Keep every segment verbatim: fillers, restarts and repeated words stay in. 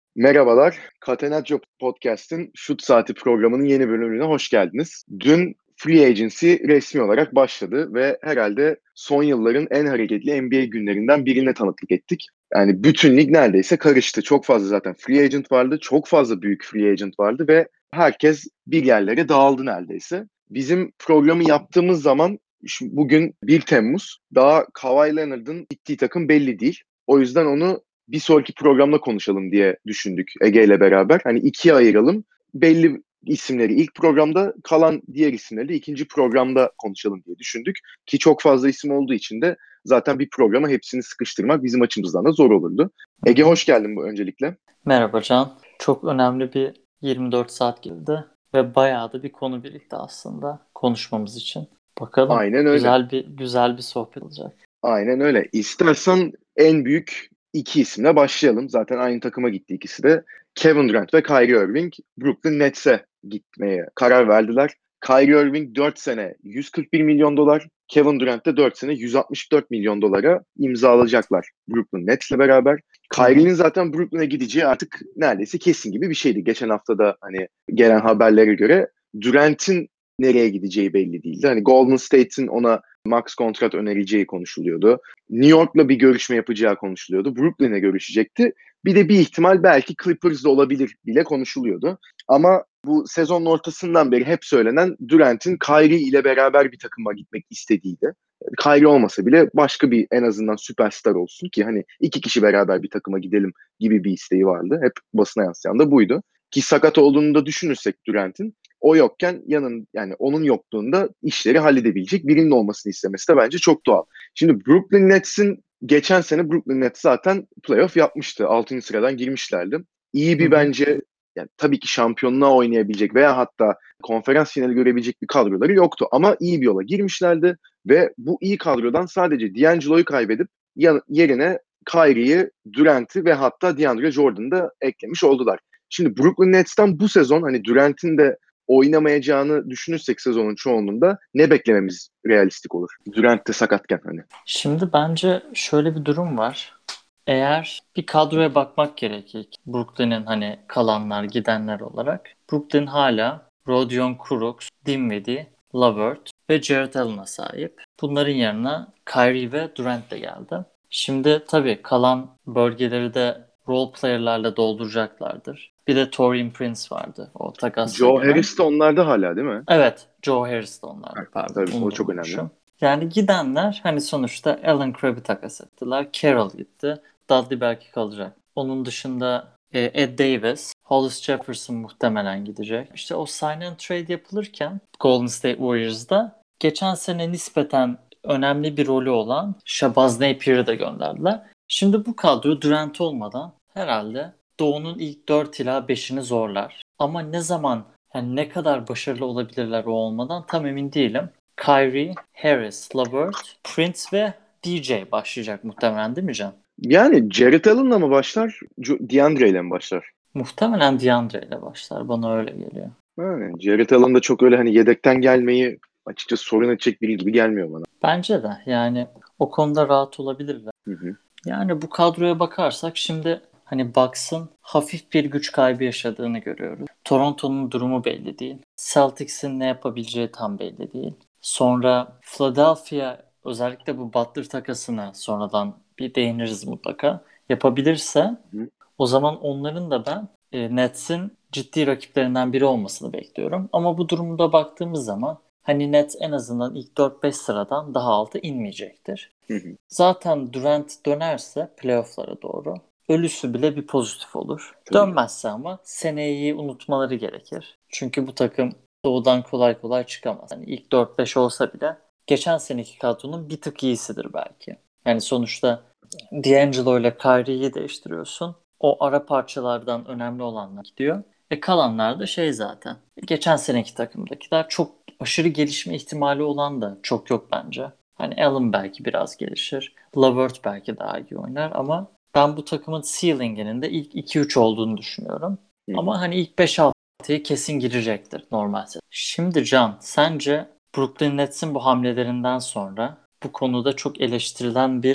Merhabalar, Catenaccio Podcast'in Şut Saati programının yeni bölümüne hoş geldiniz. Dün Free Agency resmi olarak başladı ve herhalde son yılların en hareketli N B A günlerinden birine tanıklık ettik. Yani bütün lig neredeyse karıştı. Çok fazla zaten free agent vardı, çok fazla büyük free agent vardı ve herkes bir yerlere dağıldı neredeyse. Bizim programı yaptığımız zaman bugün bir Temmuz, daha Kawhi Leonard'ın gittiği takım belli değil. O yüzden onu bir sonraki programda konuşalım diye düşündük Ege ile beraber. Hani ikiye ayıralım. Belli isimleri ilk programda, kalan diğer isimleri de ikinci programda konuşalım diye düşündük. Ki çok fazla isim olduğu için de zaten bir programa hepsini sıkıştırmak bizim açımızdan da zor olurdu. Hı Ege hı. hoş geldin bu öncelikle. Merhaba Can. Çok önemli bir yirmi dört saat girdi ve bayağı da bir konu birlikte aslında konuşmamız için. Bakalım. Aynen öyle. Güzel bir güzel bir sohbet olacak. Aynen öyle. İstersen en büyük iki isimle başlayalım. Zaten aynı takıma gitti ikisi de. Kevin Durant ve Kyrie Irving Brooklyn Nets'e gitmeye karar verdiler. Kyrie Irving dört sene yüz kırk bir milyon dolar, Kevin Durant de dört sene yüz altmış dört milyon dolara imzalayacaklar Brooklyn Nets'le beraber. Hı hı. Kyrie'nin zaten Brooklyn'e gideceği artık neredeyse kesin gibi bir şeydi. Geçen hafta da hani gelen haberlere göre Durant'in nereye gideceği belli değildi. Hani Golden State'in ona max kontrat önereceği konuşuluyordu. New York'la bir görüşme yapacağı konuşuluyordu. Brooklyn'e görüşecekti. Bir de bir ihtimal belki Clippers'da olabilir bile konuşuluyordu. Ama bu sezonun ortasından beri hep söylenen Durant'in Kyrie ile beraber bir takıma gitmek istediğiydi. Kyrie olmasa bile başka bir en azından süperstar olsun ki hani iki kişi beraber bir takıma gidelim gibi bir isteği vardı. Hep basına yansıyan da buydu. Ki sakat olduğunu da düşünürsek Durant'in o yokken yanın yani onun yokluğunda işleri halledebilecek birinin olmasını istemesi de bence çok doğal. Şimdi Brooklyn Nets'in geçen sene Brooklyn Nets zaten playoff yapmıştı. altıncı sıradan girmişlerdi. İyi Hı bir hı. bence yani tabii ki şampiyonluğa oynayabilecek veya hatta konferans finali görebilecek bir kadroları yoktu. Ama iyi bir yola girmişlerdi ve bu iyi kadrodan sadece D'Angelo'yu kaybedip yerine Kyrie'yi, Durant'i ve hatta DeAndre Jordan'ı da eklemiş oldular. Şimdi Brooklyn Nets'ten bu sezon hani Durant'in de oynamayacağını düşünürsek sezonun çoğunluğunda ne beklememiz realistik olur? Durant de sakatken hani. Şimdi bence şöyle bir durum var. Eğer bir kadroya bakmak gerekir. Brooklyn'in hani kalanlar, gidenler olarak. Brooklyn hala Rodion Kurucs, Dinwiddie, Lavert ve Jarrett Allen'a sahip. Bunların yanına Kyrie ve Durant de geldi. Şimdi tabii kalan bölgeleri de role player'larla dolduracaklardır. Bir de Taurean Prince vardı o takasla Joe gelen. Harris de onlarda hala değil mi? Evet, Joe Harris de onlardı, Ha, pardon, tabii o onu da çok önemli. unutmuşum. Yani gidenler hani sonuçta Alan Crabb'i takas ettiler. Carroll gitti. Dudley belki kalacak. Onun dışında e, Ed Davis, Hollis Jefferson muhtemelen gidecek. İşte o sign and trade yapılırken Golden State Warriors'da geçen sene nispeten önemli bir rolü olan Shabazz Napier'ı da gönderdiler. Şimdi bu kadro Durant olmadan herhalde Doğu'nun ilk dört ila beşini zorlar. Ama ne zaman, yani ne kadar başarılı olabilirler o olmadan tam emin değilim. Kyrie, Harris, LeVert, Prince ve D J başlayacak muhtemelen, değil mi Can? Yani Jarrett Allen'la mı başlar, Jo- DeAndre ile mi başlar? Muhtemelen DeAndre ile başlar. Bana öyle geliyor. Yani Jarrett Allen da çok öyle hani yedekten gelmeyi açıkçası sorun edecek biri gibi gelmiyor bana. Bence de yani o konuda rahat olabilirler. Hı hı. Yani bu kadroya bakarsak şimdi hani Bucks'ın hafif bir güç kaybı yaşadığını görüyoruz. Toronto'nun durumu belli değil. Celtics'in ne yapabileceği tam belli değil. Sonra Philadelphia, özellikle bu Butler takasına sonradan bir değiniriz mutlaka. Yapabilirse Hı hı. o zaman onların da ben e, Nets'in ciddi rakiplerinden biri olmasını bekliyorum. Ama bu durumda baktığımız zaman hani Nets en azından ilk dört beş sıradan daha altı inmeyecektir. Hı hı. Zaten Durant dönerse playoff'lara doğru ölüsü bile bir pozitif olur. Tabii ki. Dönmezse ama seneyi unutmaları gerekir. Çünkü bu takım doğudan kolay kolay çıkamaz. Yani ilk dört beş olsa bile geçen seneki kadronun bir tık iyisidir belki. Yani sonuçta D'Angelo ile Kyrie'yi değiştiriyorsun. O ara parçalardan önemli olanlar gidiyor. E kalanlar da şey zaten. Geçen seneki takımdakiler çok aşırı gelişme ihtimali olan da çok yok bence. Hani Allen belki biraz gelişir. Lavert belki daha iyi oynar ama ben bu takımın ceiling'inin de ilk iki üç olduğunu düşünüyorum. Hı hı. Ama hani ilk beş altıya kesin girecektir normal sezon. Şimdi Can, sence Brooklyn Nets'in bu hamlelerinden sonra bu konuda çok eleştirilen bir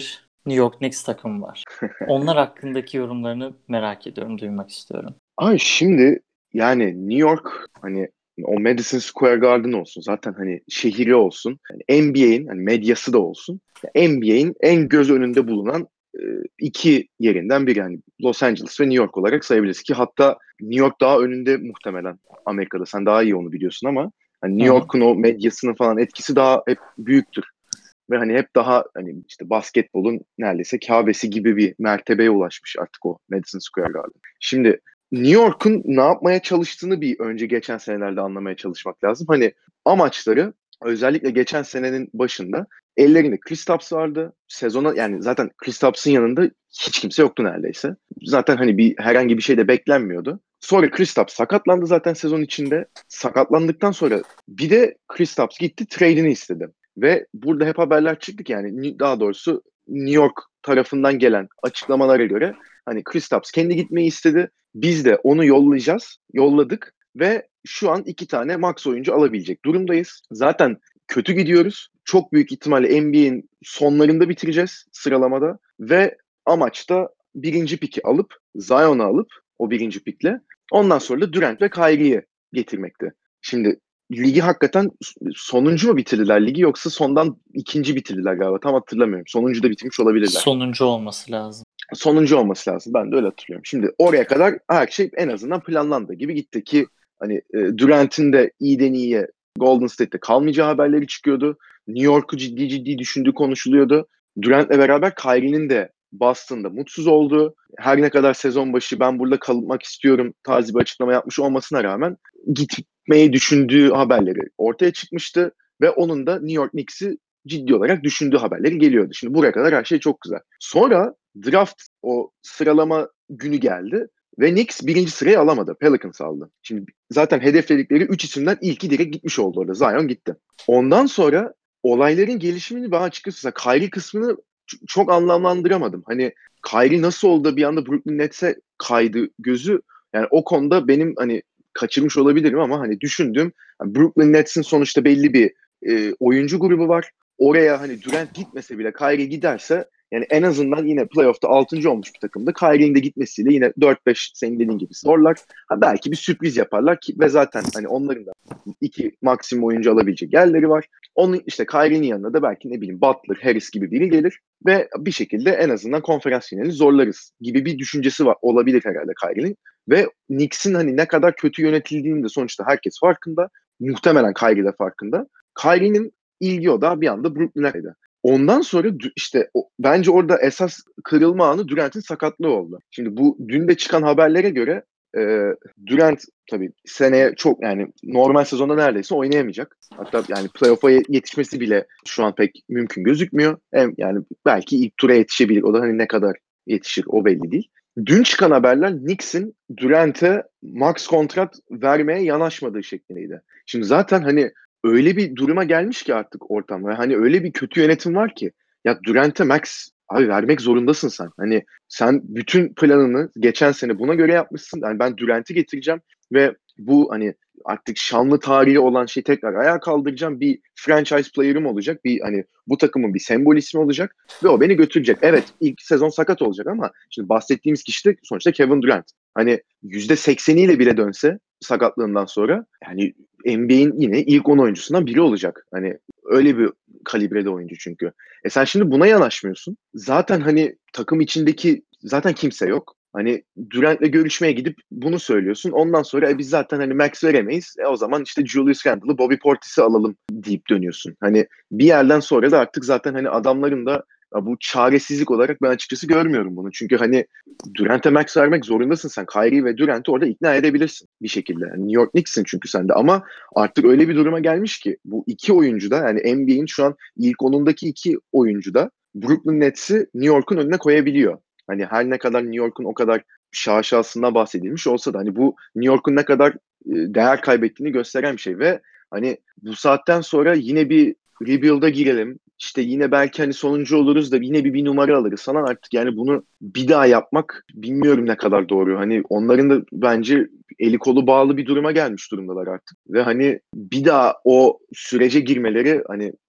New York Knicks takımı var. Onlar hakkındaki yorumlarını merak ediyorum, duymak istiyorum. Ay şimdi yani New York hani o Madison Square Garden olsun zaten hani şehri olsun. Yani N B A'in hani medyası da olsun. N B A'in en göz önünde bulunan e, iki yerinden biri. Yani Los Angeles ve New York olarak sayabiliriz ki hatta New York daha önünde muhtemelen Amerika'da. Sen daha iyi onu biliyorsun ama hani Hı New hı. York'un o medyasının falan etkisi daha hep büyüktür. Ve hani hep daha hani işte basketbolun neredeyse Kabe'si gibi bir mertebeye ulaşmış artık o Madison Square Garden. Şimdi New York'un ne yapmaya çalıştığını bir önce geçen senelerde anlamaya çalışmak lazım. Hani amaçları özellikle geçen senenin başında ellerinde Kristaps vardı. Sezona yani zaten Kristaps'ın yanında hiç kimse yoktu neredeyse. Zaten hani bir herhangi bir şey de beklenmiyordu. Sonra Kristaps sakatlandı zaten sezon içinde. Sakatlandıktan sonra bir de Kristaps gitti trade'ini istedi. Ve burada hep haberler çıktı ki yani daha doğrusu New York tarafından gelen açıklamalara göre hani Kristaps kendi gitmeyi istedi. Biz de onu yollayacağız. Yolladık ve şu an iki tane max oyuncu alabilecek durumdayız. Zaten kötü gidiyoruz. Çok büyük ihtimalle N B A'in sonlarında bitireceğiz sıralamada ve amaç da birinci piki alıp Zion'u alıp o birinci pikle ondan sonra da Durant ve Kyrie'yi getirmekti. Şimdi ligi hakikaten sonuncu mu bitirdiler ligi yoksa sondan ikinci bitirdiler galiba. Tam hatırlamıyorum. Sonuncu da bitirmiş olabilirler. Sonuncu olması lazım. Sonuncu olması lazım. Ben de öyle hatırlıyorum. Şimdi oraya kadar her şey en azından planlandığı gibi gitti ki hani e, Durant'in de iyiden iyiye Golden State'te kalmayacağı haberleri çıkıyordu. New York'u ciddi ciddi düşündüğü konuşuluyordu. Durant'le beraber Kyrie'nin de Boston'da mutsuz olduğu, her ne kadar sezon başı ben burada kalmak istiyorum tarzı bir açıklama yapmış olmasına rağmen gitmeyi düşündüğü haberleri ortaya çıkmıştı ve onun da New York Knicks'i ciddi olarak düşündüğü haberleri geliyordu. Şimdi buraya kadar her şey çok güzel. Sonra draft o sıralama günü geldi ve Knicks birinci sırayı alamadı. Pelicans aldı. Şimdi zaten hedefledikleri üç isimden ilki direkt gitmiş oldu orada. Zion gitti. Ondan sonra olayların gelişimini ben açıkçası Kyrie kısmını çok anlamlandıramadım. Hani Kyrie nasıl oldu bir anda Brooklyn Nets'e kaydı gözü. Yani o konuda benim hani kaçırmış olabilirim ama hani düşündüğüm yani Brooklyn Nets'in sonuçta belli bir e, oyuncu grubu var. Oraya hani Durant gitmese bile Kyrie giderse yani en azından yine playoff'ta altıncı olmuş bir takımda Kyrie'nin de gitmesiyle yine dört beş senin dediğin gibi zorlar. Ha belki bir sürpriz yaparlar ki ve zaten hani onların da iki maksimum oyuncu alabilecek yerleri var. Onun işte Kyrie'nin yanına da belki ne bileyim Butler, Harris gibi biri gelir ve bir şekilde en azından konferans finalini zorlarız gibi bir düşüncesi var olabilir herhalde Kyrie'nin. Ve Knicks'in hani ne kadar kötü yönetildiğini de sonuçta herkes farkında. Muhtemelen Kyrie de farkında. Kyrie'nin ilgi odağı bir anda Brooklyn'e. Ondan sonra işte o, bence orada esas kırılma anı Durant'in sakatlığı oldu. Şimdi bu dün de çıkan haberlere göre e, Durant tabii seneye çok yani normal sezonda neredeyse oynayamayacak. Hatta yani playoff'a yetişmesi bile şu an pek mümkün gözükmüyor. Hem yani belki ilk tura yetişebilir. O da hani ne kadar yetişir o belli değil. Dün çıkan haberler Knicks'in Durant'e max kontrat vermeye yanaşmadığı şeklindeydi. Şimdi zaten hani öyle bir duruma gelmiş ki artık ortam. Ve hani öyle bir kötü yönetim var ki. Ya Durant'e max abi vermek zorundasın sen. Hani sen bütün planını geçen sene buna göre yapmışsın. Yani ben Durant'i getireceğim ve bu hani artık şanlı tarihi olan şeyi tekrar ayağa kaldıracağım. Bir franchise player'ım olacak. Bir hani bu takımın bir sembol ismi olacak ve o beni götürecek. Evet ilk sezon sakat olacak ama şimdi bahsettiğimiz kişi de sonuçta Kevin Durant. Hani yüzde sekseniyle bile dönse sakatlığından sonra yani N B A'in yine ilk on oyuncusundan biri olacak. Hani öyle bir kalibrede oyuncu çünkü. E sen şimdi buna yanaşmıyorsun. Zaten hani takım içindeki zaten kimse yok. Hani Durant'le görüşmeye gidip bunu söylüyorsun. Ondan sonra e biz zaten hani max veremeyiz. E o zaman işte Julius Randle'ı Bobby Portis'i alalım deyip dönüyorsun. Hani bir yerden sonra da artık zaten hani adamların da ya bu çaresizlik olarak ben açıkçası görmüyorum bunu. Çünkü hani Durant'e max vermek zorundasın sen. Kyrie ve Durant'i orada ikna edebilirsin bir şekilde. Yani New York Knicks'in çünkü sende ama artık öyle bir duruma gelmiş ki bu iki oyuncu da yani N B A'in şu an ilk onundaki iki oyuncu da Brooklyn Nets'i New York'un önüne koyabiliyor. Hani her ne kadar New York'un o kadar şaşasından bahsedilmiş olsa da hani bu New York'un ne kadar e, değer kaybettiğini gösteren bir şey ve hani bu saatten sonra yine bir rebuild'a girelim. İşte yine belki hani sonuncu oluruz da yine bir, bir numara alırız falan artık yani bunu bir daha yapmak bilmiyorum ne kadar doğru. Hani onların da bence eli kolu bağlı bir duruma gelmiş durumdalar artık. Ve hani bir daha o sürece girmeleri hani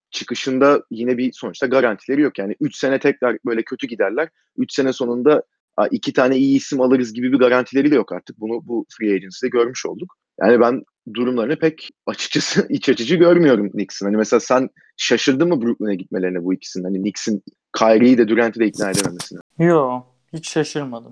çıkışında yine bir sonuçta garantileri yok. Yani üç sene tekrar böyle kötü giderler. üç sene sonunda iki tane iyi isim alırız gibi bir garantileri de yok artık. Bunu bu free agency'de görmüş olduk. Yani ben durumlarını pek açıkçası iç açıcı görmüyorum Knicks'in. Hani mesela sen şaşırdın mı Brooklyn'e gitmelerine bu ikisinin? Hani Knicks'in Kyrie'yi de Durant'i de ikna edememesine. Yo, hiç şaşırmadım.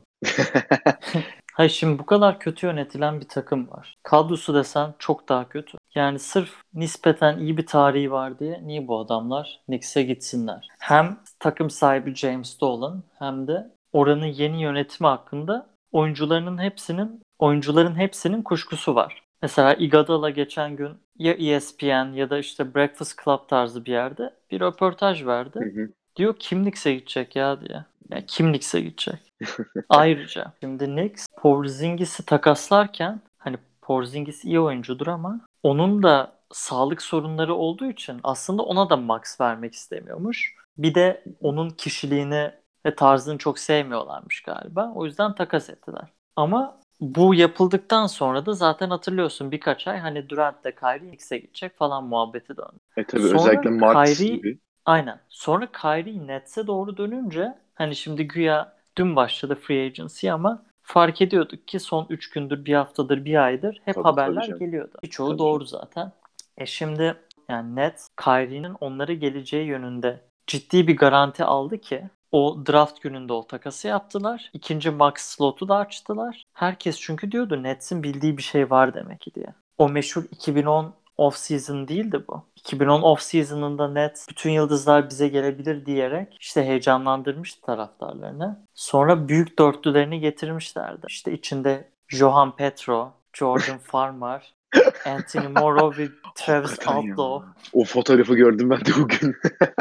Hayır, şimdi bu kadar kötü yönetilen bir takım var. Kadrosu desen çok daha kötü. Yani sırf nispeten iyi bir tarihi var diye niye bu adamlar Knicks'e gitsinler? Hem takım sahibi James Dolan hem de oranın yeni yönetimi hakkında oyuncularının hepsinin oyuncuların hepsinin kuşkusu var. Mesela Iguodala geçen gün ya E S P N ya da işte Breakfast Club tarzı bir yerde bir röportaj verdi. Hı hı. Diyor kim Knicks'e gidecek ya diye. Ya kim Knicks'e gidecek? Ayrıca şimdi Knicks Porzingis'i takaslarken hani Porzingis iyi oyuncudur ama onun da sağlık sorunları olduğu için aslında ona da max vermek istemiyormuş. Bir de onun kişiliğini ve tarzını çok sevmiyorlarmış galiba. O yüzden takas ettiler. Ama bu yapıldıktan sonra da zaten hatırlıyorsun birkaç ay hani Durant de Kyrie Knicks'e gidecek falan muhabbeti döndü. E tabii Sonra özellikle Mart Kyrie gibi. aynen. Sonra Kyrie Nets'e doğru dönünce hani şimdi güya dün başladı free agency ama fark ediyorduk ki son üç gündür, bir haftadır, bir aydır hep Tabii tabii haberler canım. geliyordu. Birçoğu Tabii canım. doğru zaten. E şimdi yani Nets Kyrie'nin onlara geleceği yönünde ciddi bir garanti aldı ki o draft gününde o takası yaptılar. İkinci max slotu da açtılar. Herkes çünkü diyordu Nets'in bildiği bir şey var demek ki diye. O meşhur iki bin on off-season değildi bu. iki bin on off-season'ında Nets bütün yıldızlar bize gelebilir diyerek işte heyecanlandırmıştı taraftarlarını. Sonra büyük dörtlülerini getirmişlerdi. İşte içinde Johan Petro, Jordan Farmar, Anthony Morrow ve Travis Hakikaten ya. Outlaw. O fotoğrafı gördüm ben de bugün.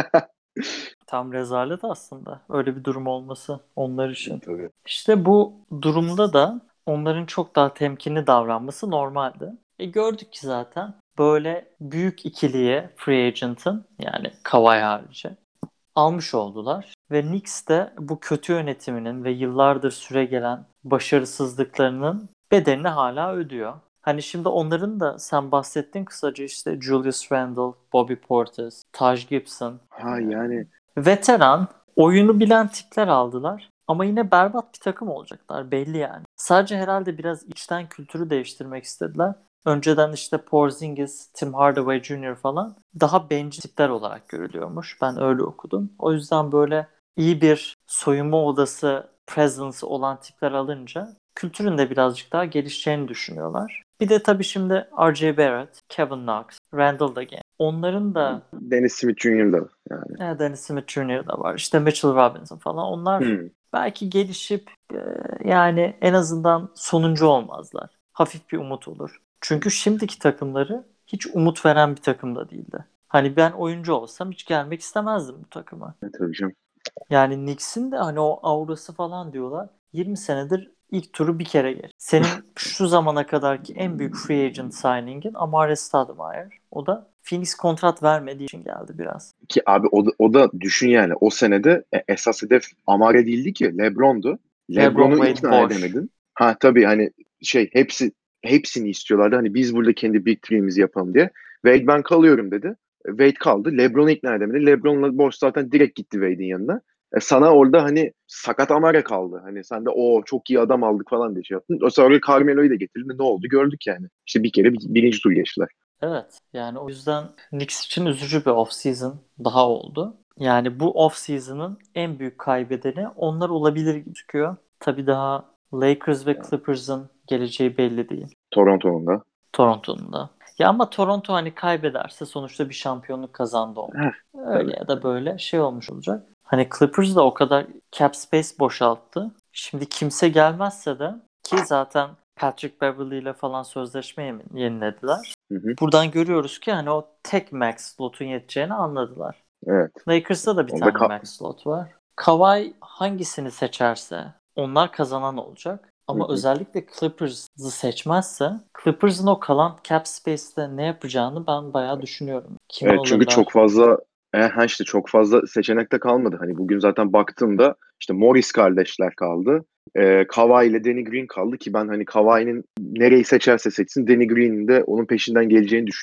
Tam rezalet aslında öyle bir durum olması onlar için. Tabii. İşte bu durumda da onların çok daha temkinli davranması normaldi. E gördük ki zaten böyle büyük ikiliye free agent'ın yani Kawhi harici almış oldular. Ve Knicks de bu kötü yönetiminin ve yıllardır süregelen başarısızlıklarının bedelini hala ödüyor. Hani şimdi onların da sen bahsettin kısaca işte Julius Randle, Bobby Portis, Taj Gibson. Ha yani Veteran, oyunu bilen tipler aldılar. Ama yine berbat bir takım olacaklar belli yani. Sadece herhalde biraz içten kültürü değiştirmek istediler. Önceden işte Porzingis, Tim Hardaway Junior falan daha bencil tipler olarak görülüyormuş. Ben öyle okudum. O yüzden böyle iyi bir soyunma odası presence olan tipler alınca kültürün de birazcık daha gelişeceğini düşünüyorlar. Bir de tabii şimdi R J Barrett, Kevin Knox, Randall da genç. Onların da Dennis Smith Junior da yani. e, Dennis Smith Junior da var. İşte Mitchell Robinson falan. Onlar Hmm. belki gelişip e, yani en azından sonuncu olmazlar. Hafif bir umut olur. Çünkü şimdiki takımları hiç umut veren bir takım da değildi. Hani ben oyuncu olsam hiç gelmek istemezdim bu takıma. E, tabii canım. Yani Knicks'in de hani o aurası falan diyorlar. yirmi senedir ilk turu bir kere geç. Senin şu zamana kadarki en büyük free agent signing'in Amar'e Stoudemire. O da Phoenix kontrat vermediği için geldi biraz. Ki abi o da, o da düşün yani o senede e, esas hedef Amare değildi ki LeBron'du. LeBron LeBron'u Wade ikna boş. edemedin. Ha tabii hani şey hepsi hepsini istiyorlardı. Hani biz burada kendi Big Three'mizi yapalım diye. Wade ben kalıyorum dedi. E, Wade kaldı. LeBron'u ikna edemedi. LeBron'la boş zaten direkt gitti Wade'in yanına. E, sana orada hani sakat Amare kaldı. Hani sen de o çok iyi adam aldık falan diye şey yaptın. O sonra Carmelo'yu da getirdin. Ne oldu gördük yani. İşte bir kere bir, birinci tur geçtiler. Evet. Yani o yüzden Knicks için üzücü bir off-season daha oldu. Yani bu off-season'ın en büyük kaybedeni onlar olabilir gibi gözüküyor. Tabii daha Lakers ve Clippers'ın geleceği belli değil. Toronto'nun da. Toronto'nun da. Ya ama Toronto hani kaybederse sonuçta bir şampiyonluk kazandı olmuş. Heh, Öyle tabii. ya da böyle şey olmuş olacak. Hani Clippers da o kadar cap space boşalttı. Şimdi kimse gelmezse de ki zaten Patrick Beverley ile falan sözleşme yemin- yenilediler. Hı hı. Buradan görüyoruz ki hani o tek max slotun yeteceğini anladılar. Evet. Lakers'ta da bir Onda tane ka- max slot var. Kawhi hangisini seçerse onlar kazanan olacak. Hı Ama hı. özellikle Clippers'ı seçmezse Clippers'ın o kalan cap space'te ne yapacağını ben bayağı düşünüyorum. Kimi Evet çünkü çok alırlar? fazla e, ha işte çok fazla seçenek de kalmadı. Hani bugün zaten baktığımda işte Morris kardeşler kaldı. E, Kawhi ile Danny Green kaldı ki ben hani Kawhi'nin nereyi seçerse seçsin Danny Green'in de onun peşinden geleceğini düşünüyorum.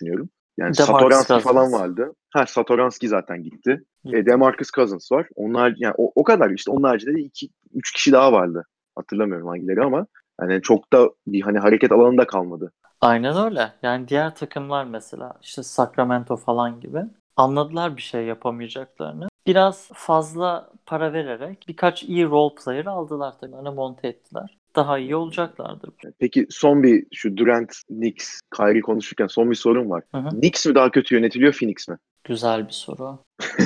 Yani DeMarcus Satoranski falan Cousins vardı. Ha, Satoranski zaten gitti. E, gitti. DeMarcus Cousins var. Onlar yani o, o kadar işte, onun haricinde de iki üç kişi daha vardı. Hatırlamıyorum hangileri ama yani çok da bir hani hareket alanı da kalmadı. Aynen öyle. Yani diğer takımlar mesela işte Sacramento falan gibi anladılar bir şey yapamayacaklarını. Biraz fazla para vererek birkaç iyi role player aldılar tabii. Hani monte ettiler. Daha iyi olacaklardır. Peki son bir şu Durant, Knicks, Kyrie konuşurken son bir sorum var. Hı hı. Knicks mi daha kötü yönetiliyor, Phoenix mi? Güzel bir soru.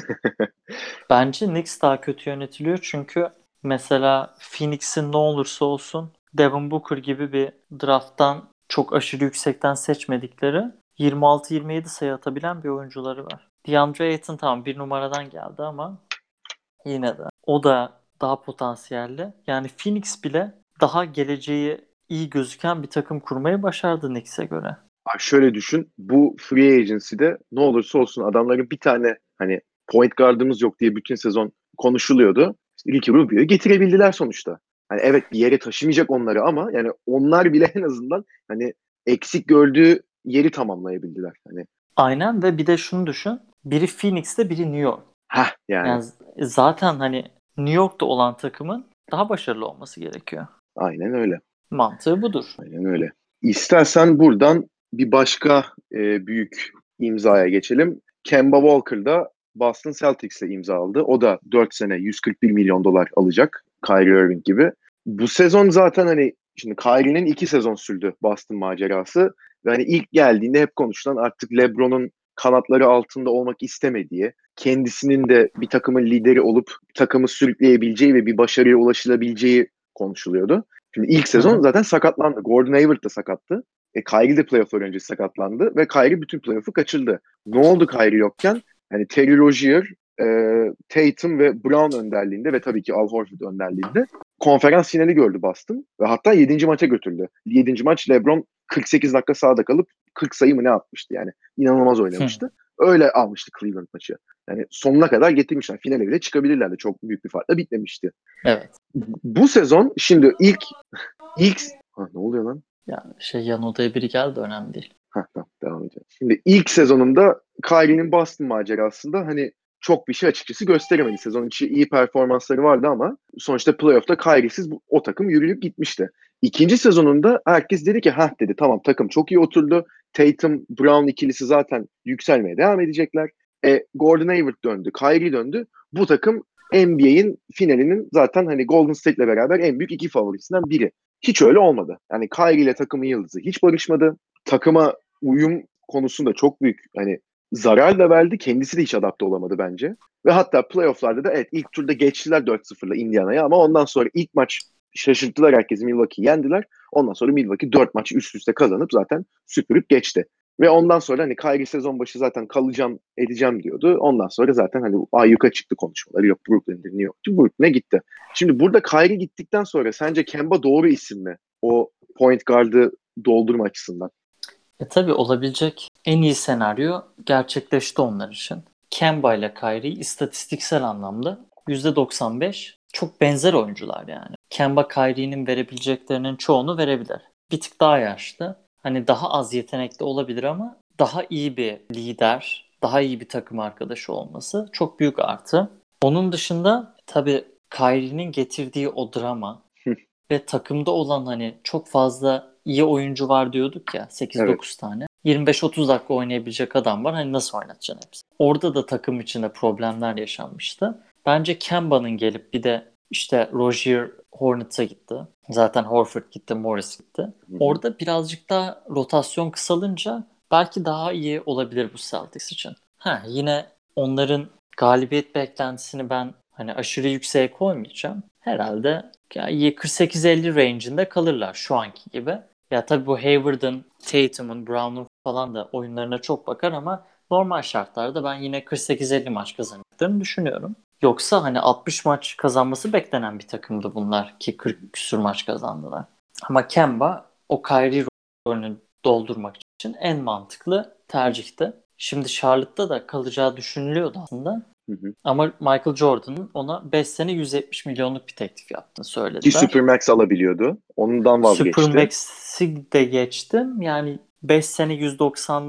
Bence Knicks daha kötü yönetiliyor çünkü mesela Phoenix'in ne olursa olsun Devin Booker gibi bir drafttan çok aşırı yüksekten seçmedikleri yirmi altı yirmi yedi sayı atabilen bir oyuncuları var. DeAndre Ayton tamam bir numaradan geldi ama yine de o da daha potansiyelli. Yani Phoenix bile daha geleceği iyi gözüken bir takım kurmayı başardı Knicks'e göre. Abi şöyle düşün. Bu free agency'de ne olursa olsun adamların bir tane hani point guard'ımız yok diye bütün sezon konuşuluyordu. İşte Ricky Rubio'yu getirebildiler sonuçta. Hani evet, bir yere taşımayacak onları ama yani onlar bile en azından hani eksik gördüğü yeri tamamlayabildiler. Hani Aynen ve bir de şunu düşün. Biri Phoenix'te biri New York. ha yani Yani z- zaten hani New York'ta olan takımın daha başarılı olması gerekiyor. aynen öyle. Mantığı budur. Aynen öyle. İstersen buradan bir başka e, büyük imzaya geçelim. Kemba Walker da Boston Celtics'e imza aldı. O da dört sene yüz kırk bir milyon dolar alacak. Kyrie Irving gibi. Bu sezon zaten hani şimdi Kyrie'nin iki sezon sürdü Boston macerası. Ve hani ilk geldiğinde hep konuşulan artık LeBron'un kanatları altında olmak istemediği, kendisinin de bir takımın lideri olup takımı sürükleyebileceği ve bir başarıya ulaşılabileceği konuşuluyordu. Şimdi ilk Hı sezon hı. zaten sakatlandı. Gordon Hayward da sakattı. E, Kyrie de playoff'lar öncesi sakatlandı ve Kyrie bütün playoff'u kaçırdı. Ne oldu Kyrie yokken? Hani Terry Rozier, e, Tatum ve Brown önderliğinde ve tabii ki Al Horford önderliğinde konferans finali gördü Boston ve hatta yedinci maça götürdü. yedinci maç LeBron kırk sekiz dakika sahada kalıp kırk sayı mı ne atmıştı yani. İnanılmaz Hı. oynamıştı. Öyle almıştı Cleveland maçı. Yani sonuna kadar getirmişler. Finale bile çıkabilirlerdi. Çok büyük bir farkla bitmemişti. Evet. Bu sezon şimdi ilk ilk ha, ne oluyor lan? Yani şey yan odaya biri geldi önemli değil. Ha, tamam, devam edelim. Şimdi ilk sezonunda Kyrie'nin Boston macerasında hani çok bir şey açıkçası gösteremedi. Sezon içi iyi performansları vardı ama sonuçta playoff'ta Kyrie'siz bu- o takım yürüyüp gitmişti. İkinci sezonunda herkes dedi ki ha dedi, tamam takım çok iyi oturdu. Tatum Brown ikilisi zaten yükselmeye devam edecekler. E, Gordon Hayward döndü, Kyrie döndü. Bu takım N B A'in finalinin zaten hani Golden State'le beraber en büyük iki favorisinden biri. Hiç öyle olmadı. Yani Kyrie ile takımın yıldızı hiç barışmadı. Takıma uyum konusunda çok büyük hani zarar da verdi. Kendisi de hiç adapte olamadı bence. Ve hatta playofflarda da evet ilk turda geçtiler dört sıfırla Indiana'ya ama ondan sonra ilk maç şaşırttılar herkesi, Milwaukee'yi yendiler. Ondan sonra Milwaukee dört maçı üst üste kazanıp zaten süpürüp geçti. Ve ondan sonra hani Kyrie sezon başı zaten kalacağım edeceğim diyordu. Ondan sonra zaten hani ayyuka çıktı konuşmaları. Yok Brooklyn'de, New York'tu. Brooklyn'e gitti. Şimdi burada Kyrie gittikten sonra sence Kemba doğru isim mi? O point guard'ı doldurma açısından. E tabii olabilecek en iyi senaryo gerçekleşti onlar için. Kemba ile Kyrie istatistiksel anlamda yüzde doksan beş çok benzer oyuncular yani. Kemba Kyrie'nin verebileceklerinin çoğunu verebilir. Bir tık daha yaşlı. Hani daha az yetenekli olabilir ama daha iyi bir lider, daha iyi bir takım arkadaşı olması çok büyük artı. Onun dışında tabii Kyrie'nin getirdiği o drama ve takımda olan hani çok fazla iyi oyuncu var diyorduk ya sekiz Evet. dokuz tane. yirmi beş otuz dakika oynayabilecek adam var. Hani nasıl oynatacaksın hepsi? Orada da takım içinde problemler yaşanmıştı. Bence Kemba'nın gelip bir de işte Rozier Hornets'a gitti. Zaten Horford gitti, Morris gitti. Hı hı. Orada birazcık daha rotasyon kısalınca belki daha iyi olabilir bu Celtics için. Ha, yine onların galibiyet beklentisini ben hani aşırı yükseğe koymayacağım. Herhalde ya kırk sekiz elli range'inde kalırlar şu anki gibi. Ya tabii bu Hayward'ın, Tatum'un, Brown'un falan da oyunlarına çok bakar ama normal şartlarda ben yine kırk sekiz elli maç kazanacaklarını düşünüyorum. Yoksa hani altmış maç kazanması beklenen bir takımdı bunlar ki kırk küsur maç kazandılar. Ama Kemba o Kyrie rolünü doldurmak için en mantıklı tercihti. Şimdi Charlotte'da da kalacağı düşünülüyordu aslında. Hı hı. Ama Michael Jordan'ın ona beş sene yüz yetmiş milyonluk bir teklif yaptığını Ki söylediler. Supermax alabiliyordu. Ondan vazgeçti. Supermax'i de geçtim. Yani beş sene yüz doksanlık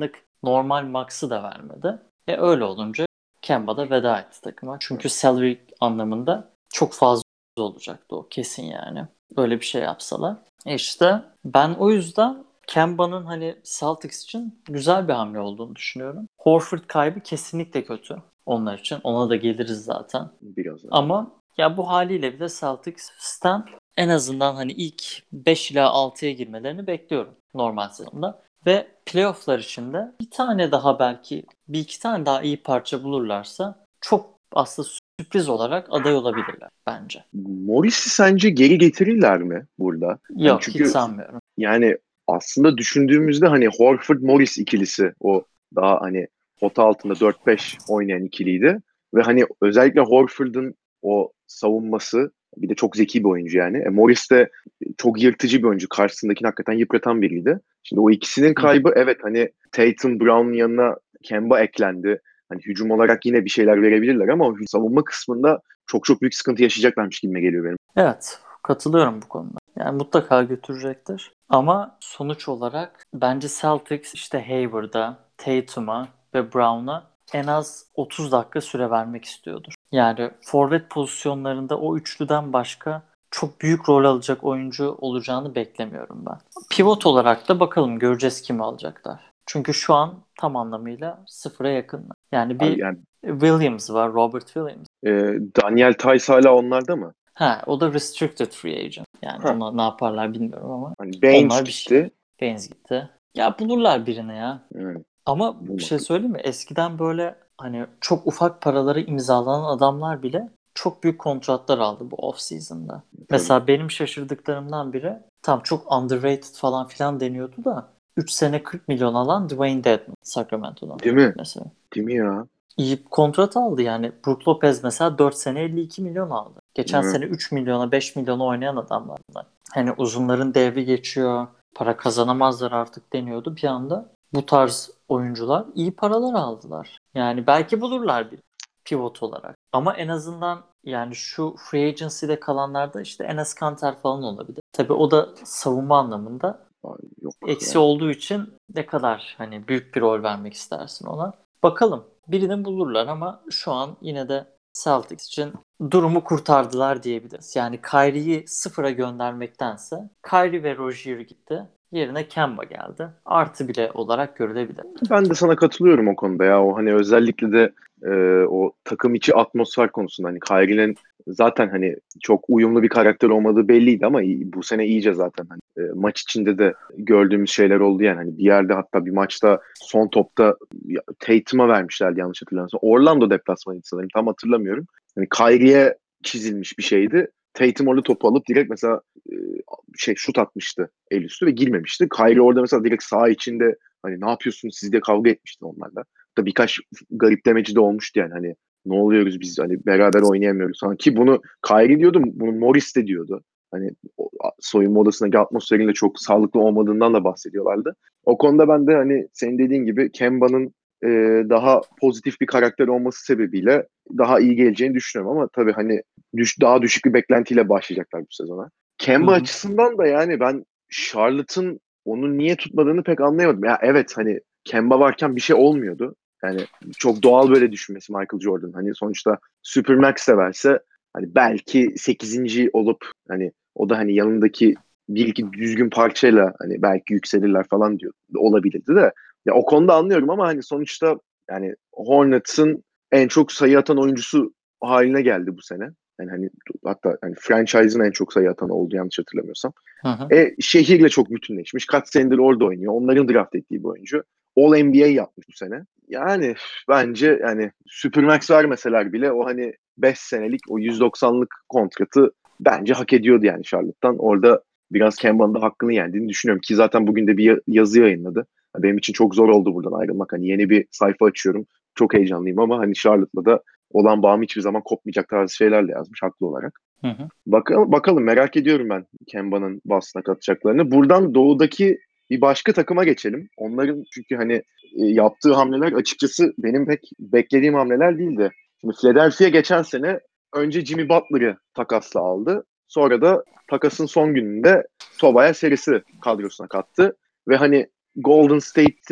normal max'ı da vermedi. E öyle olunca Kemba da veda etti takıma. Çünkü salary anlamında çok fazla olacaktı o kesin yani. Böyle bir şey yapsalar. E işte ben o yüzden Kemba'nın hani Celtics için güzel bir hamle olduğunu düşünüyorum. Horford kaybı kesinlikle kötü onlar için. Ona da geliriz zaten. Biraz. Ama ya bu haliyle bile Celtics'ten en azından hani ilk beş ila altıya girmelerini bekliyorum normal sezonda. Ve playoff'lar içinde bir tane daha belki bir iki tane daha iyi parça bulurlarsa çok aslında sürpriz olarak aday olabilirler bence. Morris'i sence geri getirirler mi burada? Hani Yok, hiç çünkü sanmıyorum. yani aslında düşündüğümüzde hani Horford Morris ikilisi o daha hani pota altında dört beş oynayan ikiliydi. Ve hani özellikle Horford'un o savunması bir de çok zeki bir oyuncu yani. E, Morris de çok yırtıcı bir oyuncu. Karşısındakini hakikaten yıpratan biriydi. Şimdi o ikisinin Hı. kaybı evet hani Tatum Brown'un yanına Kemba eklendi. Hani hücum olarak yine bir şeyler verebilirler ama o savunma kısmında çok çok büyük sıkıntı yaşayacaklarmış gibime geliyor benim. Evet, katılıyorum bu konuda. Yani mutlaka götürecektir. Ama sonuç olarak bence Celtics işte Hayward'a, Tatum'a ve Brown'a en az otuz dakika süre vermek istiyordur. Yani forvet pozisyonlarında o üçlüden başka çok büyük rol alacak oyuncu olacağını beklemiyorum ben. Pivot olarak da bakalım göreceğiz kimi alacaklar. Çünkü şu an tam anlamıyla sıfıra yakınlar. Yani Abi bir yani Williams var, Robert Williams. e, Daniel Tice hala onlarda mı? Ha, o da restricted free agent. Yani Heh, ona ne yaparlar bilmiyorum ama hani Baines onlar bir şey. gitti. Baines gitti. Ya bulurlar birini ya. Yani Ama bir şey bulmak. söyleyeyim mi? Eskiden böyle hani çok ufak paraları imzalanan adamlar bile çok büyük kontratlar aldı bu off season'da. Tabii. Mesela benim şaşırdıklarımdan biri tam çok underrated falan filan deniyordu da üç sene kırk milyon alan Dwayne Dedmon Sacramento'dan Değil mi? mesela. Değil mi ya? İyi bir kontrat aldı yani. Brook Lopez mesela dört sene elli iki milyon aldı. Geçen Evet. sene üç milyona beş milyona oynayan adamlar bunlar. Hani uzunların devri geçiyor. Para kazanamazlar artık deniyordu. Bir anda bu tarz oyuncular iyi paralar aldılar. Yani belki bulurlar bir pivot olarak. Ama en azından yani şu free agency'de kalanlarda işte Enes Kanter falan olabilir. Tabii o da savunma anlamında Ay, yok eksi yani. olduğu için ne kadar hani büyük bir rol vermek istersin ona. Bakalım. Birini bulurlar ama şu an yine de Celtics için durumu kurtardılar diyebiliriz. Yani Kyrie'yi sıfıra göndermektense Kyrie ve Rozier gitti. Yerine Kemba geldi. Artı bile olarak görülebilir. Ben de sana katılıyorum o konuda ya. O hani özellikle de e, o takım içi atmosfer konusunda hani Kyrie'nin zaten hani çok uyumlu bir karakter olmadığı belliydi ama iyi- bu sene iyice zaten hani e, maç içinde de gördüğümüz şeyler oldu yani hani bir yerde hatta bir maçta son topta ya, Tatum'a vermişlerdi yanlış hatırlamıyorsam. Orlando deplasmanıydı sanırım tam hatırlamıyorum. Hani Kyrie'ye çizilmiş bir şeydi. Tatum orada topu alıp direkt mesela e, şey şut atmıştı el üstü ve girmemişti. Kyrie orada mesela direkt saha içinde hani ne yapıyorsunuz siz de kavga etmişti onlarla. Da birkaç garip demeci de olmuştu yani hani ne oluyoruz biz hani beraber oynayamıyoruz falan ki bunu Kyrie diyordu bunu Morris de diyordu. Hani o, soyunma odasındaki atmosferin de çok sağlıklı olmadığından da bahsediyorlardı. O konuda ben de hani senin dediğin gibi Kemba'nın e, daha pozitif bir karakter olması sebebiyle daha iyi geleceğini düşünüyorum ama tabii hani düş, daha düşük bir beklentiyle başlayacaklar bu sezona. Hı Kemba hı. açısından da yani ben Charlotte'ın onu niye tutmadığını pek anlayamadım. Ya evet hani Kemba varken bir şey olmuyordu. Yani çok doğal böyle düşünmesi Michael Jordan. Hani sonuçta Supermax de verse hani belki sekizinci olup hani o da hani yanındaki bir iki düzgün parçayla hani belki yükselirler falan diyor. Olabilirdi de. Ya o konuda anlıyorum ama hani sonuçta yani Hornets'ın en çok sayı atan oyuncusu haline geldi bu sene. Yani hani hatta hani franchise'ın en çok sayı atan oldu yanlış hatırlamıyorsam. Hı hı. E şehirle çok bütünleşmiş. Kaç senedir orada oynuyor. Onların draft ettiği bir oyuncu. All N B A yapmış bu sene. Yani bence yani Supermax vermeseler bile o hani beş senelik o yüz doksanlık kontratı bence hak ediyordu yani Charlotte'tan. Orada biraz Kemba'nın da hakkını yendiğini düşünüyorum ki zaten bugün de bir yazı yayınladı. Benim için çok zor oldu buradan ayrılmak. Hani yeni bir sayfa açıyorum. Çok heyecanlıyım ama hani Charlotte'la da olan bağım hiçbir zaman kopmayacak tarzı şeylerle yazmış haklı olarak. Hı hı. Bakalım, bakalım merak ediyorum ben Kemba'nın Boston'a katacaklarını. Buradan doğudaki bir başka takıma geçelim. Onların çünkü hani e, yaptığı hamleler açıkçası benim pek beklediğim hamleler değildi. Şimdi Philadelphia geçen sene önce Jimmy Butler'ı takasla aldı. Sonra da takasın son gününde Tobias Harris'i kadrosuna kattı. Ve hani Golden State'in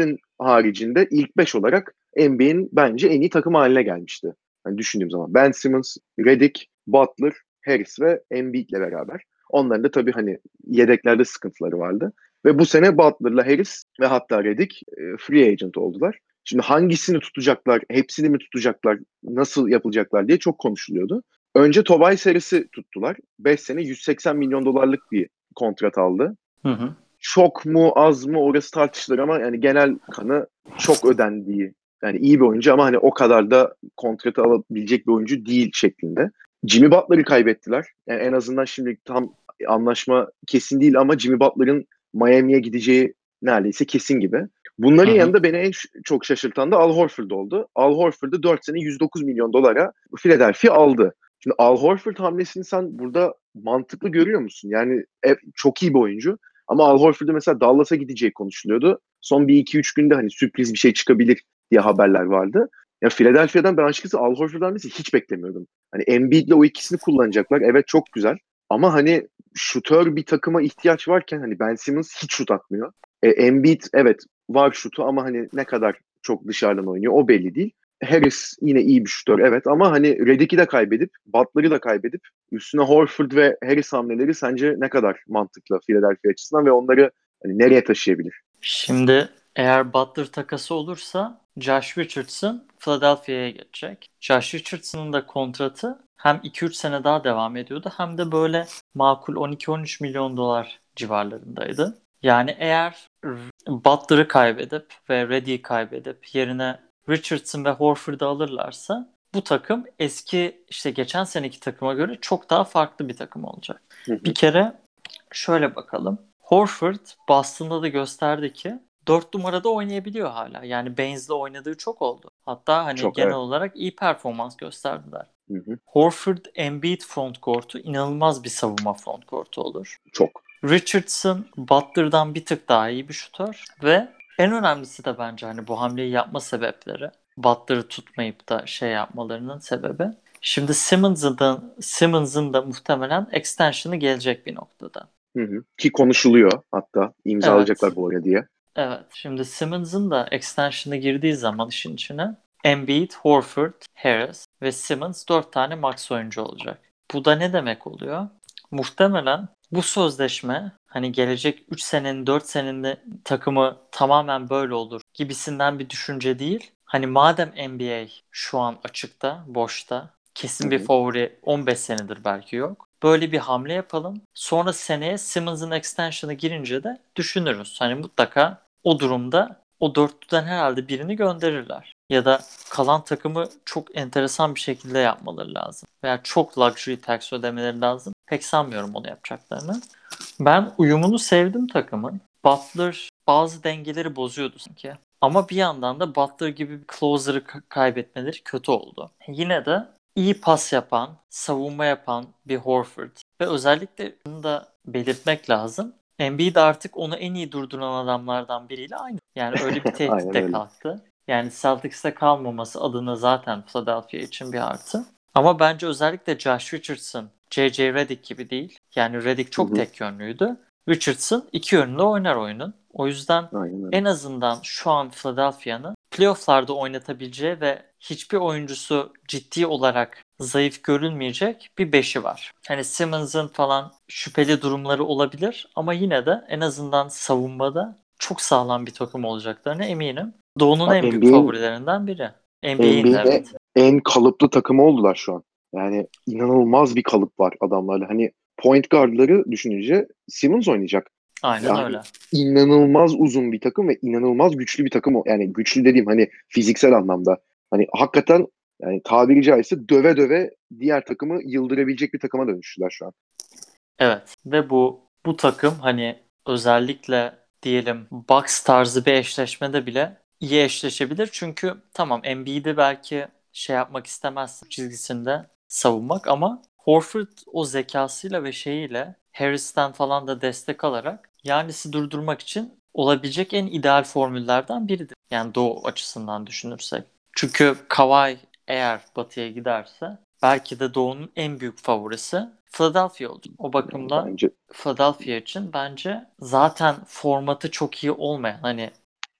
haricinde ilk beş olarak N B A'nin bence en iyi takım haline gelmişti. Yani düşündüğüm zaman Ben Simmons, Redick, Butler, Harris ve Embiid'le beraber. Onların da tabii hani yedeklerde sıkıntıları vardı. Ve bu sene Butler'la Harris ve hatta Redick e, free agent oldular. Şimdi hangisini tutacaklar, hepsini mi tutacaklar, nasıl yapılacaklar diye çok konuşuluyordu. Önce Tobias Harris'i tuttular. beş sene yüz seksen milyon dolarlık bir kontrat aldı. Hı hı. Çok mu az mı orası tartışılır ama yani genel kanı çok ödendiği, yani iyi bir oyuncu ama hani o kadar da kontratı alabilecek bir oyuncu değil şeklinde. Jimmy Butler'ı kaybettiler. Yani en azından şimdi tam anlaşma kesin değil ama Jimmy Butler'ın Miami'ye gideceği neredeyse kesin gibi. Hı Bunların hı. yanında beni en çok şaşırtan da Al Horford oldu. Al Horford'u dört sene yüz dokuz milyon dolara Philadelphia aldı. Şimdi Al Horford hamlesini sen burada mantıklı görüyor musun? Yani e, çok iyi bir oyuncu. Ama Al Horford'u mesela Dallas'a gideceği konuşuluyordu. Son bir iki üç günde hani sürpriz bir şey çıkabilir diye haberler vardı. Ya Philadelphia'dan ben açıkçası Al Horford'dan mesela hiç beklemiyordum. Hani Embiid'le o ikisini kullanacaklar. Evet çok güzel. Ama hani şutör bir takıma ihtiyaç varken hani Ben Simmons hiç şut atmıyor. E, Embiid evet var şutu ama hani ne kadar çok dışarıdan oynuyor o belli değil. Harris yine iyi bir şutör evet ama hani Redick'i de kaybedip Butler'ı da kaybedip üstüne Horford ve Harris hamleleri sence ne kadar mantıklı Philadelphia açısından ve onları hani nereye taşıyabilir? Şimdi eğer Butler takası olursa Josh Richardson Philadelphia'ya geçecek. Josh Richardson'ın da kontratı hem iki üç sene daha devam ediyordu hem de böyle makul on iki on üç milyon dolar civarlarındaydı. Yani eğer Butler'ı kaybedip ve Reddy'yi kaybedip yerine Richardson ve Horford'u alırlarsa bu takım eski işte geçen seneki takıma göre çok daha farklı bir takım olacak. Hı Bir hı. kere şöyle bakalım. Horford Boston'da da gösterdi ki dört numarada oynayabiliyor hala. Yani Baines'le oynadığı çok oldu. Hatta hani Çok genel evet. olarak iyi performans gösterdiler. Hı hı. Horford Embiid frontcourt'u inanılmaz bir savunma frontcourt'u olur. Çok. Richardson Butler'dan bir tık daha iyi bir şutör ve en önemlisi de bence hani bu hamleyi yapma sebepleri Butler'ı tutmayıp da şey yapmalarının sebebi. Şimdi Simmons'ın da, Simmons'ın da muhtemelen extension'ı gelecek bir noktada. Hı hı. Ki konuşuluyor hatta Evet. imzalayacaklar bu arada diye. Evet. Şimdi Simmons'ın da extension'ı girdiği zaman işin içine Embiid, Horford, Harris ve Simmons dört tane max oyuncu olacak. Bu da ne demek oluyor? Muhtemelen bu sözleşme hani gelecek üç senenin dört senenin takımı tamamen böyle olur gibisinden bir düşünce değil. Hani madem N B A şu an açıkta, boşta, Hı kesin bir hı. favori on beş senedir belki yok. Böyle bir hamle yapalım. Sonra seneye Simmons'ın extension'ı girince de düşünürüz. Hani mutlaka o durumda o dörtlüden herhalde birini gönderirler. Ya da kalan takımı çok enteresan bir şekilde yapmaları lazım. Veya çok luxury tax ödemeleri lazım. Pek sanmıyorum onu yapacaklarını. Ben uyumunu sevdim takımın. Butler bazı dengeleri bozuyordu sanki. Ama bir yandan da Butler gibi bir closer'ı k- kaybetmeleri kötü oldu. Yine de iyi pas yapan, savunma yapan bir Horford ve özellikle bunu da belirtmek lazım. Embiid artık onu en iyi durduran adamlardan biriyle aynı. Yani öyle bir tehdit Aynen de öyle. kalktı. Yani Celtics'te kalmaması adına zaten Philadelphia için bir artı. Ama bence özellikle Josh Richardson, J J Redick gibi değil. Yani Redick Hı çok hı. tek yönlüydü. Richardson iki yönlü oynar oyunun. O yüzden Aynen öyle. en azından şu an Philadelphia'nın playoff'larda oynatabileceği ve hiçbir oyuncusu ciddi olarak zayıf görülmeyecek bir beşi var. Hani Simmons'ın falan şüpheli durumları olabilir ama yine de en azından savunmada çok sağlam bir takım olacaklarına eminim. Doğu'nun en büyük N B A'in favorilerinden biri. N B A'in de N B A'in evet. en kalıplı takımı oldular şu an. Yani inanılmaz bir kalıp var adamlarla. Hani point guardları düşününce Simmons oynayacak. Aynen Yani öyle. inanılmaz uzun bir takım ve inanılmaz güçlü bir takım. Yani güçlü dediğim hani fiziksel anlamda. Hani hakikaten yani tabiri caizse döve döve diğer takımı yıldırabilecek bir takıma dönüştüler şu an. Evet ve bu bu takım hani özellikle diyelim Bucks tarzı bir eşleşmede bile iyi eşleşebilir. Çünkü tamam Embiid'i belki şey yapmak istemezsin çizgisinde savunmak ama Horford o zekasıyla ve şeyiyle Harris'ten falan da destek alarak Giannis'i durdurmak için olabilecek en ideal formüllerden biridir. Yani Doğu açısından düşünürsek. Çünkü Kawhi eğer Batı'ya giderse belki de Doğu'nun en büyük favorisi Philadelphia oldu. O Yani bakımdan bence Philadelphia için bence zaten formatı çok iyi olmayan hani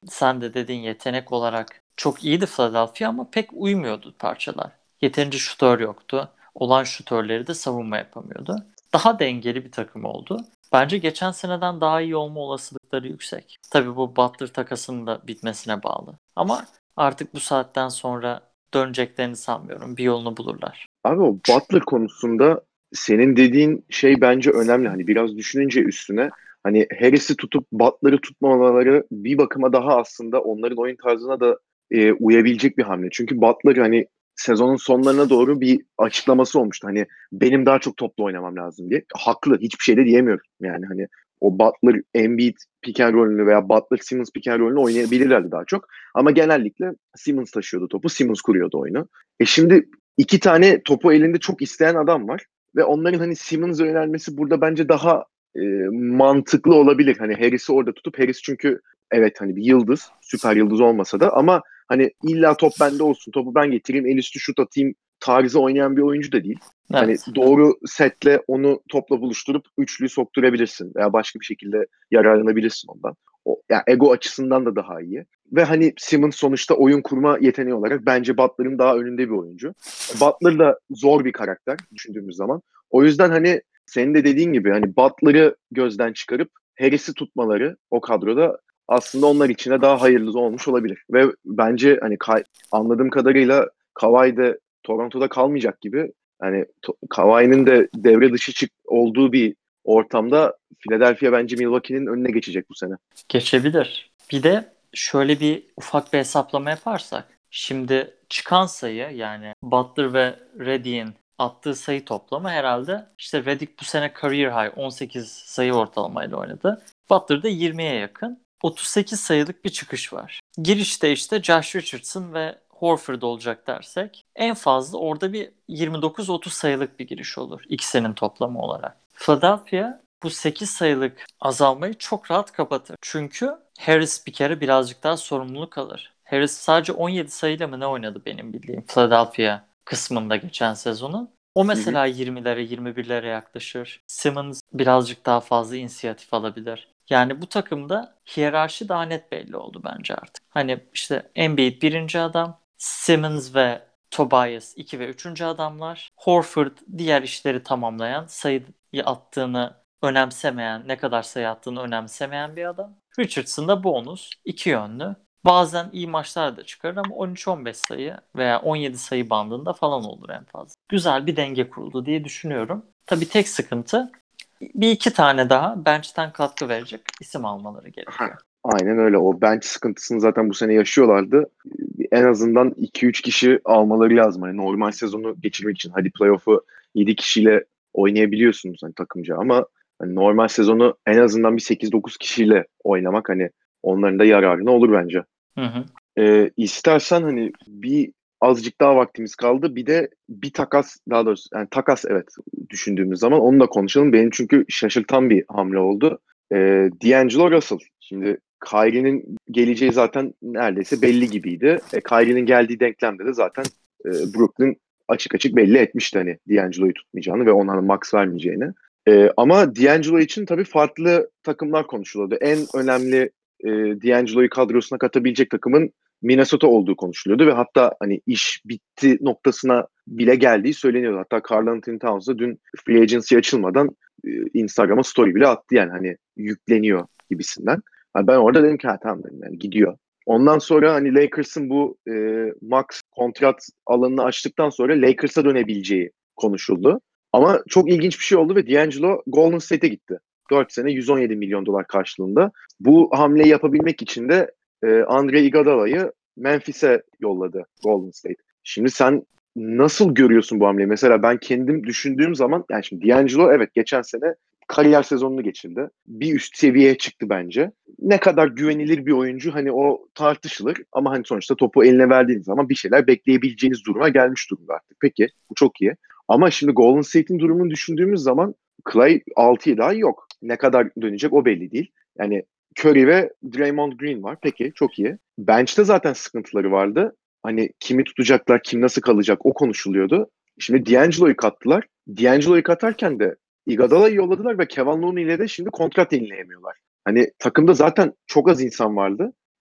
sen de dediğin yetenek olarak çok iyiydi Philadelphia ama pek uymuyordu parçalar. Yeterince şutör yoktu. Olan şutörleri de savunma yapamıyordu. Daha dengeli bir takım oldu. Bence geçen seneden daha iyi olma olasılıkları yüksek. Tabii bu Butler takasının da bitmesine bağlı. Ama artık bu saatten sonra döneceklerini sanmıyorum. Bir yolunu bulurlar. Abi o Butler konusunda senin dediğin şey bence önemli. Hani biraz düşününce üstüne hani Harris'i tutup Butler'ı tutmamaları bir bakıma daha aslında onların oyun tarzına da e, uyabilecek bir hamle. Çünkü Butler hani sezonun sonlarına doğru bir açıklaması olmuştu. Hani benim daha çok toplu oynamam lazım diye. Haklı. Hiçbir şey de diyemiyorum. Yani hani o Butler Embiid pick and roll'ünü veya Butler Simmons pick and roll'ünü oynayabilirlerdi daha çok. Ama genellikle Simmons taşıyordu topu. Simmons kuruyordu oyunu. E şimdi iki tane topu elinde çok isteyen adam var. Ve onların hani Simmons'a yönelmesi burada bence daha e, mantıklı olabilir. Hani Harris'i orada tutup Harris çünkü evet hani bir yıldız, süper yıldız olmasa da ama hani illa top bende olsun, topu ben getireyim, el üstü şut atayım tarzı oynayan bir oyuncu da değil. Hani Evet. doğru setle onu topla buluşturup üçlüyü sokturabilirsin veya başka bir şekilde yararlanabilirsin ondan. O, yani ego açısından da daha iyi. Ve hani Simmons sonuçta oyun kurma yeteneği olarak bence Butler'ın daha önünde bir oyuncu. Butler da zor bir karakter düşündüğümüz zaman. O yüzden hani senin de dediğin gibi hani Butler'ı gözden çıkarıp Harris'i tutmaları o kadroda aslında onlar için de daha hayırlı olmuş olabilir. Ve bence hani Ka- anladığım kadarıyla Kawhi de Toronto'da kalmayacak gibi. Hani to- Kawhi'nin de devre dışı çık olduğu bir ortamda Philadelphia bence Milwaukee'nin önüne geçecek bu sene. Geçebilir. Bir de şöyle bir ufak bir hesaplama yaparsak. Şimdi çıkan sayı yani Butler ve Redick'in attığı sayı toplamı herhalde işte Redick bu sene career high on sekiz sayı ortalamayla oynadı. Butler da yirmiye yakın. otuz sekiz sayılık bir çıkış var. Girişte işte Josh Richardson ve Horford olacak dersek en fazla orada bir yirmi dokuz otuz sayılık bir giriş olur ikisinin toplamı olarak. Philadelphia bu sekiz sayılık azalmayı çok rahat kapatır. Çünkü Harris bir kere birazcık daha sorumluluk alır. Harris sadece on yedi sayıyla mı ne oynadı benim bildiğim Philadelphia kısmında geçen sezonun. O Hı hı. mesela yirmilere yirmi birlere yaklaşır. Simmons birazcık daha fazla inisiyatif alabilir. Yani bu takımda hiyerarşi daha net belli oldu bence artık. Hani işte Embiid birinci adam, Simmons ve Tobias iki ve üçüncü adamlar. Horford diğer işleri tamamlayan, sayıyı attığını önemsemeyen, ne kadar sayı attığını önemsemeyen bir adam. Richardson da bonus, iki yönlü. Bazen iyi maçlar da çıkarır ama on üç on beş sayı veya on yedi sayı bandında falan olur en fazla. Güzel bir denge kuruldu diye düşünüyorum. Tabii tek sıkıntı bir iki tane daha bench'ten katkı verecek isim almaları gerekiyor. Aynen öyle. O bench sıkıntısını zaten bu sene yaşıyorlardı. En azından iki üç kişi almaları lazım. Hani normal sezonu geçirmek için. Hadi playoff'u yedi kişiyle oynayabiliyorsunuz hani takımca ama hani normal sezonu en azından bir sekiz dokuz kişiyle oynamak hani onların da yararına olur bence. Hı hı. Ee, istersen hani bir azıcık daha vaktimiz kaldı. Bir de bir takas daha doğrusu yani takas evet düşündüğümüz zaman onu da konuşalım. Benim çünkü şaşırtan bir hamle oldu. Ee, D'Angelo Russell. Şimdi Kyrie'nin geleceği zaten neredeyse belli gibiydi. E, Kyrie'nin geldiği denklemde de zaten e, Brooklyn açık açık belli etmişti hani D'Angelo'yu tutmayacağını ve ona max vermeyeceğini. E, ama D'Angelo için tabii farklı takımlar konuşuluyordu. En önemli e, D'Angelo'yu kadrosuna katabilecek takımın Minnesota olduğu konuşuluyordu ve hatta hani iş bitti noktasına bile geldiği söyleniyordu. Hatta Karl Anthony Towns da dün free agency açılmadan e, Instagram'a story bile attı yani hani yükleniyor gibisinden. Yani ben orada dedim ki ha tamam dedim yani gidiyor. Ondan sonra hani Lakers'ın bu e, max kontrat alanını açtıktan sonra Lakers'a dönebileceği konuşuldu. Ama çok ilginç bir şey oldu ve D'Angelo Golden State'e gitti. dört sene yüz on yedi milyon dolar karşılığında. Bu hamleyi yapabilmek için de e, Andre Iguodala'yı Memphis'e yolladı Golden State. Şimdi sen nasıl görüyorsun bu hamleyi? Mesela ben kendim düşündüğüm zaman yani şimdi D'Angelo evet geçen sene kariyer sezonunu geçirdi. Bir üst seviyeye çıktı bence. Ne kadar güvenilir bir oyuncu hani o tartışılır ama hani sonuçta topu eline verdiğiniz zaman bir şeyler bekleyebileceğiniz duruma gelmiş durumda artık. Peki bu çok iyi. Ama şimdi Golden State'in durumunu düşündüğümüz zaman Clay altı yedi ay yok. Ne kadar dönecek o belli değil. Yani Curry ve Draymond Green var. Peki çok iyi. Bench'te zaten sıkıntıları vardı. Hani kimi tutacaklar, kim nasıl kalacak o konuşuluyordu. Şimdi D'Angelo'yu kattılar. D'Angelo'yu katarken de Iguodala'yı yolladılar ve Kevin Looney ile de şimdi kontrat yenileyemiyorlar. Hani takımda zaten çok az insan vardı.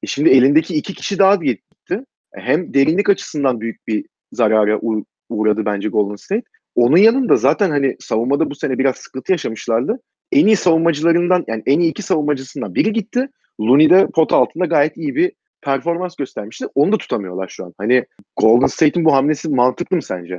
E şimdi elindeki iki kişi daha gitti. E hem derinlik açısından büyük bir zarara uğ- uğradı bence Golden State. Onun yanında zaten hani savunmada bu sene biraz sıkıntı yaşamışlardı. En iyi savunmacılarından yani en iyi iki savunmacısından biri gitti. Looney de pot altında gayet iyi bir performans göstermişti. Onu da tutamıyorlar şu an. Hani Golden State'in bu hamlesi mantıklı mı sence?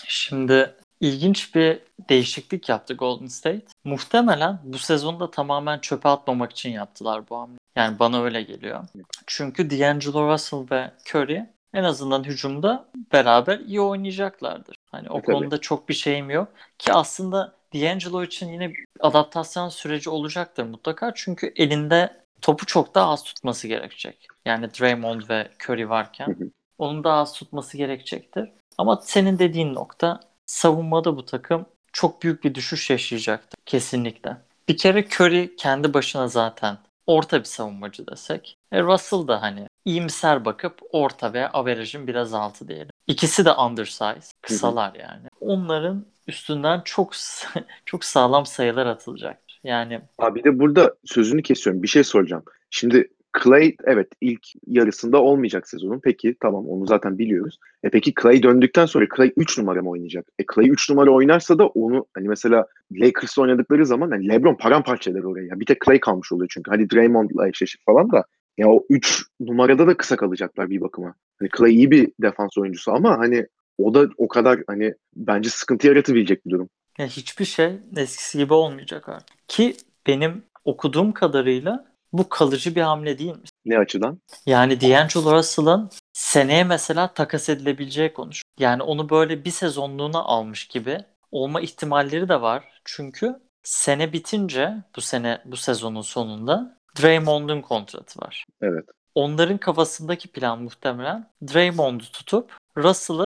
Şimdi ilginç bir değişiklik yaptı Golden State. Muhtemelen bu sezonda tamamen çöpe atmamak için yaptılar bu hamleyi. Yani bana öyle geliyor. Çünkü D'Angelo Russell ve Curry en azından hücumda beraber iyi oynayacaklardır. Hani o E tabii. konuda çok bir şeyim yok. Ki aslında D'Angelo için yine bir adaptasyon süreci olacaktır mutlaka. Çünkü elinde topu çok daha az tutması gerekecek. Yani Draymond ve Curry varken onun daha az tutması gerekecektir. Ama senin dediğin nokta, savunmada bu takım çok büyük bir düşüş yaşayacaktı. Kesinlikle. Bir kere Curry kendi başına zaten orta bir savunmacı desek. E Russell da hani iyimser bakıp orta ve average'ın biraz altı diyelim. İkisi de undersize. Kısalar yani. Onların üstünden çok çok sağlam sayılar atılacaktır. Yani Abi de burada sözünü kesiyorum. Bir şey soracağım. Şimdi Clay evet ilk yarısında olmayacak sezonun. Peki tamam onu zaten biliyoruz. E peki Clay döndükten sonra Clay üç numara mı oynayacak? E Clay üç numara oynarsa da onu hani mesela Lakers'la oynadıkları zaman hani LeBron paramparça eder orayı. Yani bir tek Clay kalmış oluyor çünkü. Hadi Draymond'la eşleşip falan da ya o üç numarada da kısa kalacaklar bir bakıma. Hani Clay iyi bir defans oyuncusu ama hani o da o kadar hani bence sıkıntı yaratabilecek bir durum. ya hiçbir şey eskisi gibi olmayacak artık. Ki benim okuduğum kadarıyla bu kalıcı bir hamle değilmiş. Ne açıdan? Yani D'Angelo Russell'ın seneye mesela takas edilebileceği konuşuluyor. Yani onu böyle bir sezonluğuna almış gibi olma ihtimalleri de var. Çünkü sene bitince bu sene bu sezonun sonunda Draymond'un kontratı var. Evet. Onların kafasındaki plan muhtemelen Draymond'u tutup Russell'ı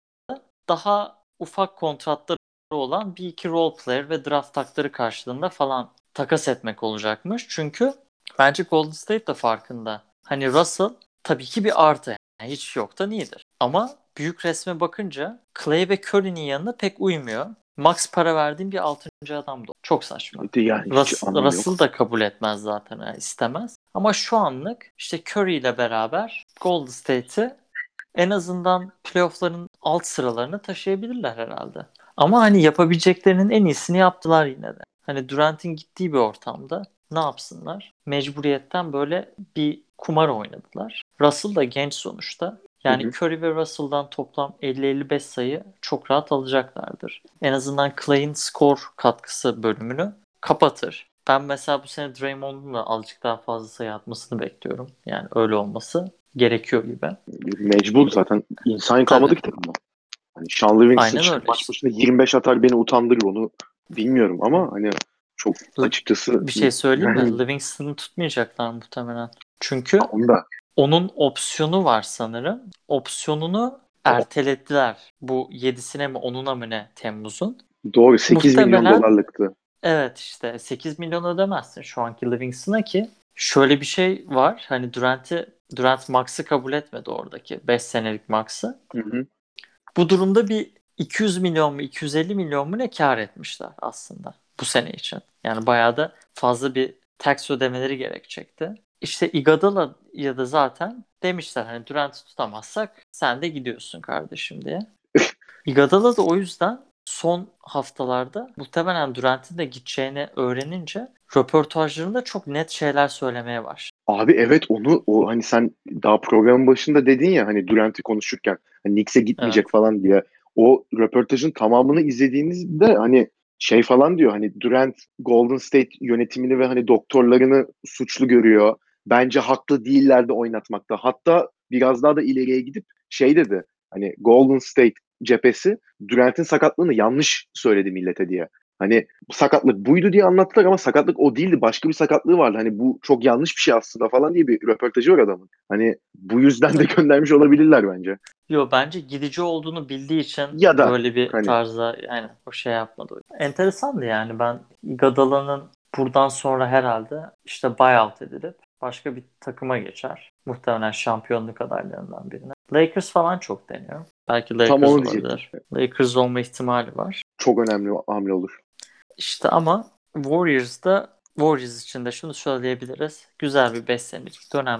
daha ufak kontratları olan bir iki role player ve draft takları karşılığında falan takas etmek olacakmış. Çünkü bence Golden State de farkında. Hani Russell tabii ki bir artı. Yani hiç yoktan iyidir. Ama büyük resme bakınca Clay ve Curry'nin yanına pek uymuyor. Max para verdiğim bir altıncı adam da. Çok saçma. Yani hiç Rus, anlamı Russell yok. da kabul etmez zaten. Yani istemez. Ama şu anlık işte Curry ile beraber Golden State'i en azından playoff'ların alt sıralarını taşıyabilirler herhalde. Ama hani yapabileceklerinin en iyisini yaptılar yine de. Hani Durant'in gittiği bir ortamda ne yapsınlar? Mecburiyetten böyle bir kumar oynadılar. Russell da genç sonuçta. Hı Yani hı. Curry ve Russell'dan toplam elli elli beş sayı çok rahat alacaklardır. En azından Clay'in skor katkısı bölümünü kapatır. Ben mesela bu sene Draymond'un da azıcık daha fazla sayı atmasını bekliyorum. Yani öyle olması gerekiyor gibi. Mecbur zaten. İnsan kalmadı Tabii. ki takımda. Hani Sean Livingston Aynen çıkıp öyle maç işte. başına yirmi beş atar beni utandırır onu bilmiyorum ama hani çok L- açıkçası Bir şey söyleyeyim mi? yani Livingston'ı tutmayacaklar muhtemelen. Çünkü onda onun opsiyonu var sanırım. Opsiyonunu ertelediler. Bu yedisine mi onuna mı ne Temmuz'un. doğru sekiz milyon Muhtemelen dolarlıktı. evet işte sekiz milyon ödemezsin şu anki Livingston'a ki şöyle bir şey var. Hani Durant'i Durant Max'ı kabul etmedi oradaki beş senelik Max'ı. Hı hı. Bu durumda bir iki yüz milyon mu iki yüz elli milyon mu ne kar etmişler aslında bu sene için. Yani bayağı da fazla bir tax ödemeleri gerekecekti. İşte Iguodala ya da zaten demişler hani Durant'ı tutamazsak sen de gidiyorsun kardeşim diye. Iguodala da o yüzden son haftalarda muhtemelen Durant'in de gideceğini öğrenince röportajlarında çok net şeyler söylemeye başladı. Abi evet onu o hani sen daha programın başında dedin ya hani Durant'i konuşurken hani Knicks'e gitmeyecek Evet. falan diye o röportajın tamamını izlediğinizde hani şey falan diyor hani Durant Golden State yönetimini ve hani doktorlarını suçlu görüyor. Bence haklı değiller de oynatmakta. Hatta biraz daha da ileriye gidip şey dedi hani Golden State cephesi Durant'in sakatlığını yanlış söyledi millete diye. Hani sakatlık buydu diye anlattılar ama sakatlık o değildi. Başka bir sakatlığı vardı. Hani bu çok yanlış bir şey aslında falan diye bir röportajı var adamın. Hani bu yüzden de göndermiş olabilirler bence. Yo bence gidici olduğunu bildiği için Ya da böyle bir hani tarzda yani o şey yapmadı. Enteresandı yani ben Iguodala'nın buradan sonra herhalde işte buyout edilip başka bir takıma geçer. Muhtemelen şampiyonluk adaylarından birine. Lakers falan çok deniyor. Belki tam Lakers onu diyecektim. olabilir. Lakers olma ihtimali var. Çok önemli o hamle olur. İşte ama Warriors'da Warriors için de şunu söyleyebiliriz. Güzel bir beş senelik dönemde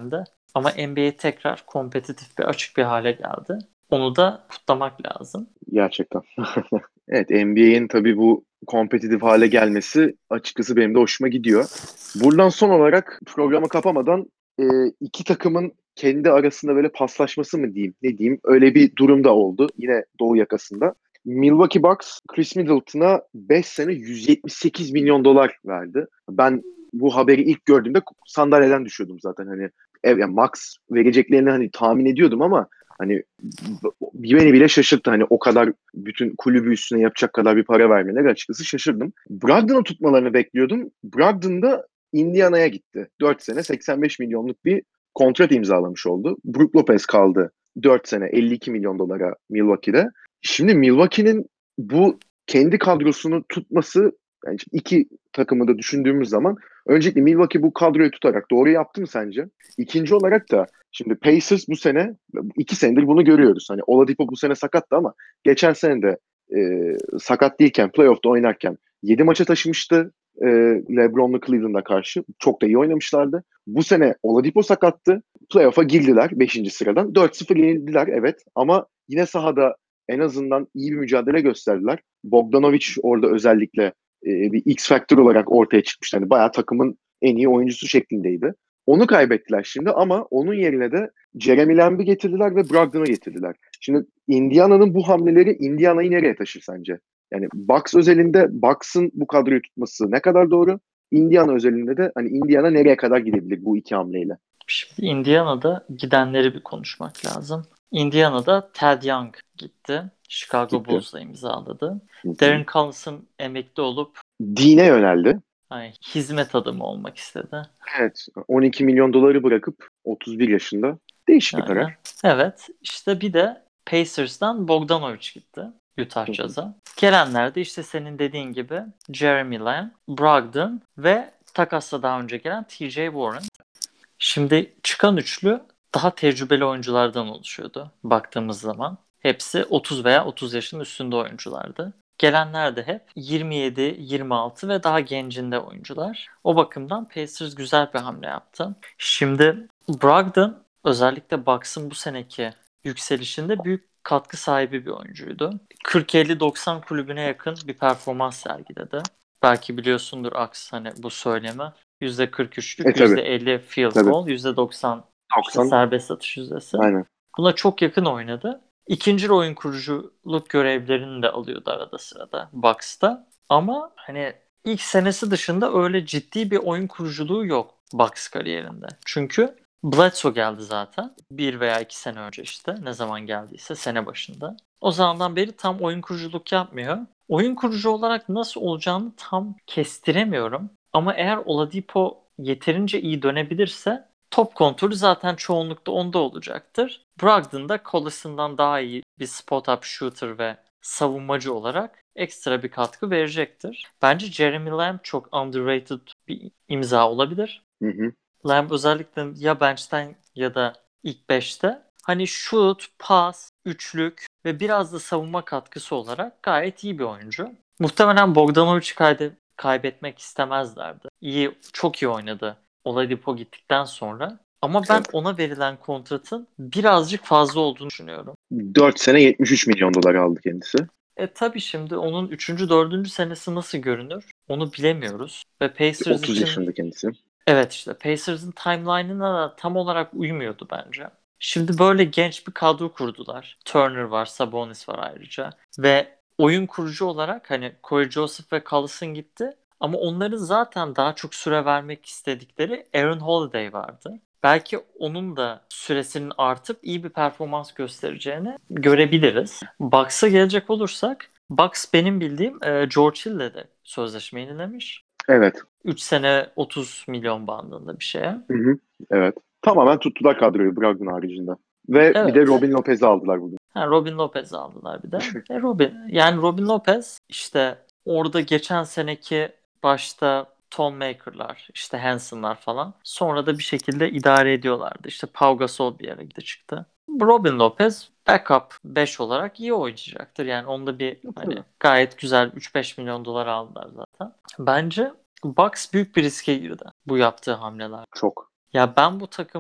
Ama N B A tekrar kompetitif ve açık bir hale geldi. Onu da kutlamak lazım. Gerçekten. Evet, N B A'in tabii bu kompetitif hale gelmesi açıkçası benim de hoşuma gidiyor. Buradan son olarak programı kapamadan e, iki takımın kendi arasında böyle paslaşması mı diyeyim, ne diyeyim, öyle bir durum da oldu. Yine Doğu yakasında. Milwaukee Bucks, Chris Middleton'a beş sene yüz yetmiş sekiz milyon dolar verdi. Ben bu haberi ilk gördüğümde sandalyeden düşüyordum zaten. Hani ev, yani max vereceklerini hani tahmin ediyordum ama hani beni bile şaşırttı. Hani o kadar bütün kulübü üstüne yapacak kadar bir para vermeleri açıkçası şaşırdım. Brogdon'u tutmalarını bekliyordum. Brogdon da Indiana'ya gitti. dört sene seksen beş milyonluk bir kontrat imzalamış oldu. Brook Lopez kaldı dört sene elli iki milyon dolara Milwaukee'de. Şimdi Milwaukee'nin bu kendi kadrosunu tutması, yani iki takımı da düşündüğümüz zaman öncelikle Milwaukee bu kadroyu tutarak doğru yaptı mı sence? İkinci olarak da şimdi Pacers bu sene, iki senedir bunu görüyoruz. Hani Oladipo bu sene sakattı ama geçen sene de e, sakat değilken, playoff'ta oynarken yedi maça taşımıştı e, LeBron'lu Cleveland'a karşı. Çok da iyi oynamışlardı. Bu sene Oladipo sakattı. Playoff'a girdiler beşinci sıradan. dört sıfır yenildiler, evet, ama yine sahada en azından iyi bir mücadele gösterdiler. Bogdanovic orada özellikle e, bir X Factor olarak ortaya çıkmıştı. Yani bayağı takımın en iyi oyuncusu şeklindeydi. Onu kaybettiler şimdi ama onun yerine de Jeremy Lamb'i getirdiler ve Brogdon'u getirdiler. Şimdi Indiana'nın bu hamleleri Indiana'yı nereye taşır sence? Yani Bucks özelinde Bucks'ın bu kadroyu tutması ne kadar doğru? Indiana özelinde de hani Indiana nereye kadar gidebilir bu iki hamleyle? Şimdi Indiana'da gidenleri bir konuşmak lazım. Indiana'da Ted Young gitti. Chicago Gitti. Bulls'la imzaladı. Hı hı. Darren Collison emekli olup Dean'e yöneldi. hani, hizmet adamı olmak istedi. Evet, on iki milyon doları bırakıp otuz bir yaşında, değişik bir Aynen. karar. Evet. İşte bir de Pacers'tan Bogdanovic gitti. Utah Hı hı. Jazz'a. Gelenler de işte senin dediğin gibi Jeremy Lamb, Brogdon ve takasla daha önce gelen T J Warren. Şimdi çıkan üçlü daha tecrübeli oyunculardan oluşuyordu baktığımız zaman. Hepsi otuz veya otuz yaşın üstünde oyunculardı. Gelenler de hep yirmi yedi, yirmi altı ve daha gencinde oyuncular. O bakımdan Pacers güzel bir hamle yaptı. Şimdi Brogdon özellikle Bucks'ın bu seneki yükselişinde büyük katkı sahibi bir oyuncuydu. kırk elli doksan kulübüne yakın bir performans sergiledi. Belki biliyorsundur Aks hani bu söylemi. yüzde kırk E üçlük, tabii, yüzde elli field tabii. goal, yüzde doksan işte doksan, serbest atış yüzdesi. aynen. Buna çok yakın oynadı. İkinci oyun kuruculuk görevlerini de alıyordu arada sırada Bucks'ta. Ama hani ilk senesi dışında öyle ciddi bir oyun kuruculuğu yok Bucks kariyerinde. Çünkü Bledsoe geldi zaten. Bir veya iki sene önce işte. Ne zaman geldiyse sene başında. O zamandan beri tam oyun kuruculuk yapmıyor. Oyun kurucu olarak nasıl olacağını tam kestiremiyorum. Ama eğer Oladipo yeterince iyi dönebilirse top kontrolü zaten çoğunlukta onda olacaktır. Brogdon da Collison'dan daha iyi bir spot-up shooter ve savunmacı olarak ekstra bir katkı verecektir. Bence Jeremy Lamb çok underrated bir imza olabilir. Hı hı. Lamb özellikle ya bench'ten ya da ilk beşte hani shoot, pas, üçlük ve biraz da savunma katkısı olarak gayet iyi bir oyuncu. Muhtemelen Bogdanovic'i kayde- kaybetmek istemezlerdi. İyi, çok iyi oynadı Oladipo gittikten sonra. Ama ben Evet. ona verilen kontratın birazcık fazla olduğunu düşünüyorum. dört sene yetmiş üç milyon dolar aldı kendisi. E tabii şimdi onun üçüncü dördüncü senesi nasıl görünür onu bilemiyoruz. Ve Pacers otuz için yaşında kendisi. evet işte Pacers'ın timeline'ına da tam olarak uymuyordu bence. Şimdi böyle genç bir kadro kurdular. Turner var, Sabonis var ayrıca. Ve oyun kurucu olarak hani Corey Joseph ve Collison gitti. Ama onların zaten daha çok süre vermek istedikleri Aaron Holiday vardı. Belki onun da süresinin artıp iyi bir performans göstereceğini görebiliriz. Bucks'a gelecek olursak, Bucks benim bildiğim e, George Hill'le de sözleşme yenilemiş. Evet. üç sene otuz milyon bandında bir şeye. Hı hı. Evet. Tamamen tuttular kadroyu Brogdon haricinde. Ve bir de Evet. Robin Lopez'i aldılar bugün. Ha, Robin Lopez aldılar bir de. E Robin yani Robin Lopez işte orada geçen seneki başta Tom Maker'lar, işte Hanson'lar falan. Sonra da bir şekilde idare ediyorlardı. İşte Pau Gasol bir yere gitti çıktı. Robin Lopez backup beş olarak iyi oynayacaktır. Yani onda bir hani Tabii. gayet güzel üç beş milyon dolar aldılar zaten. Bence Bucks büyük bir riske girdi bu yaptığı hamleler. Çok. Ya ben bu takımı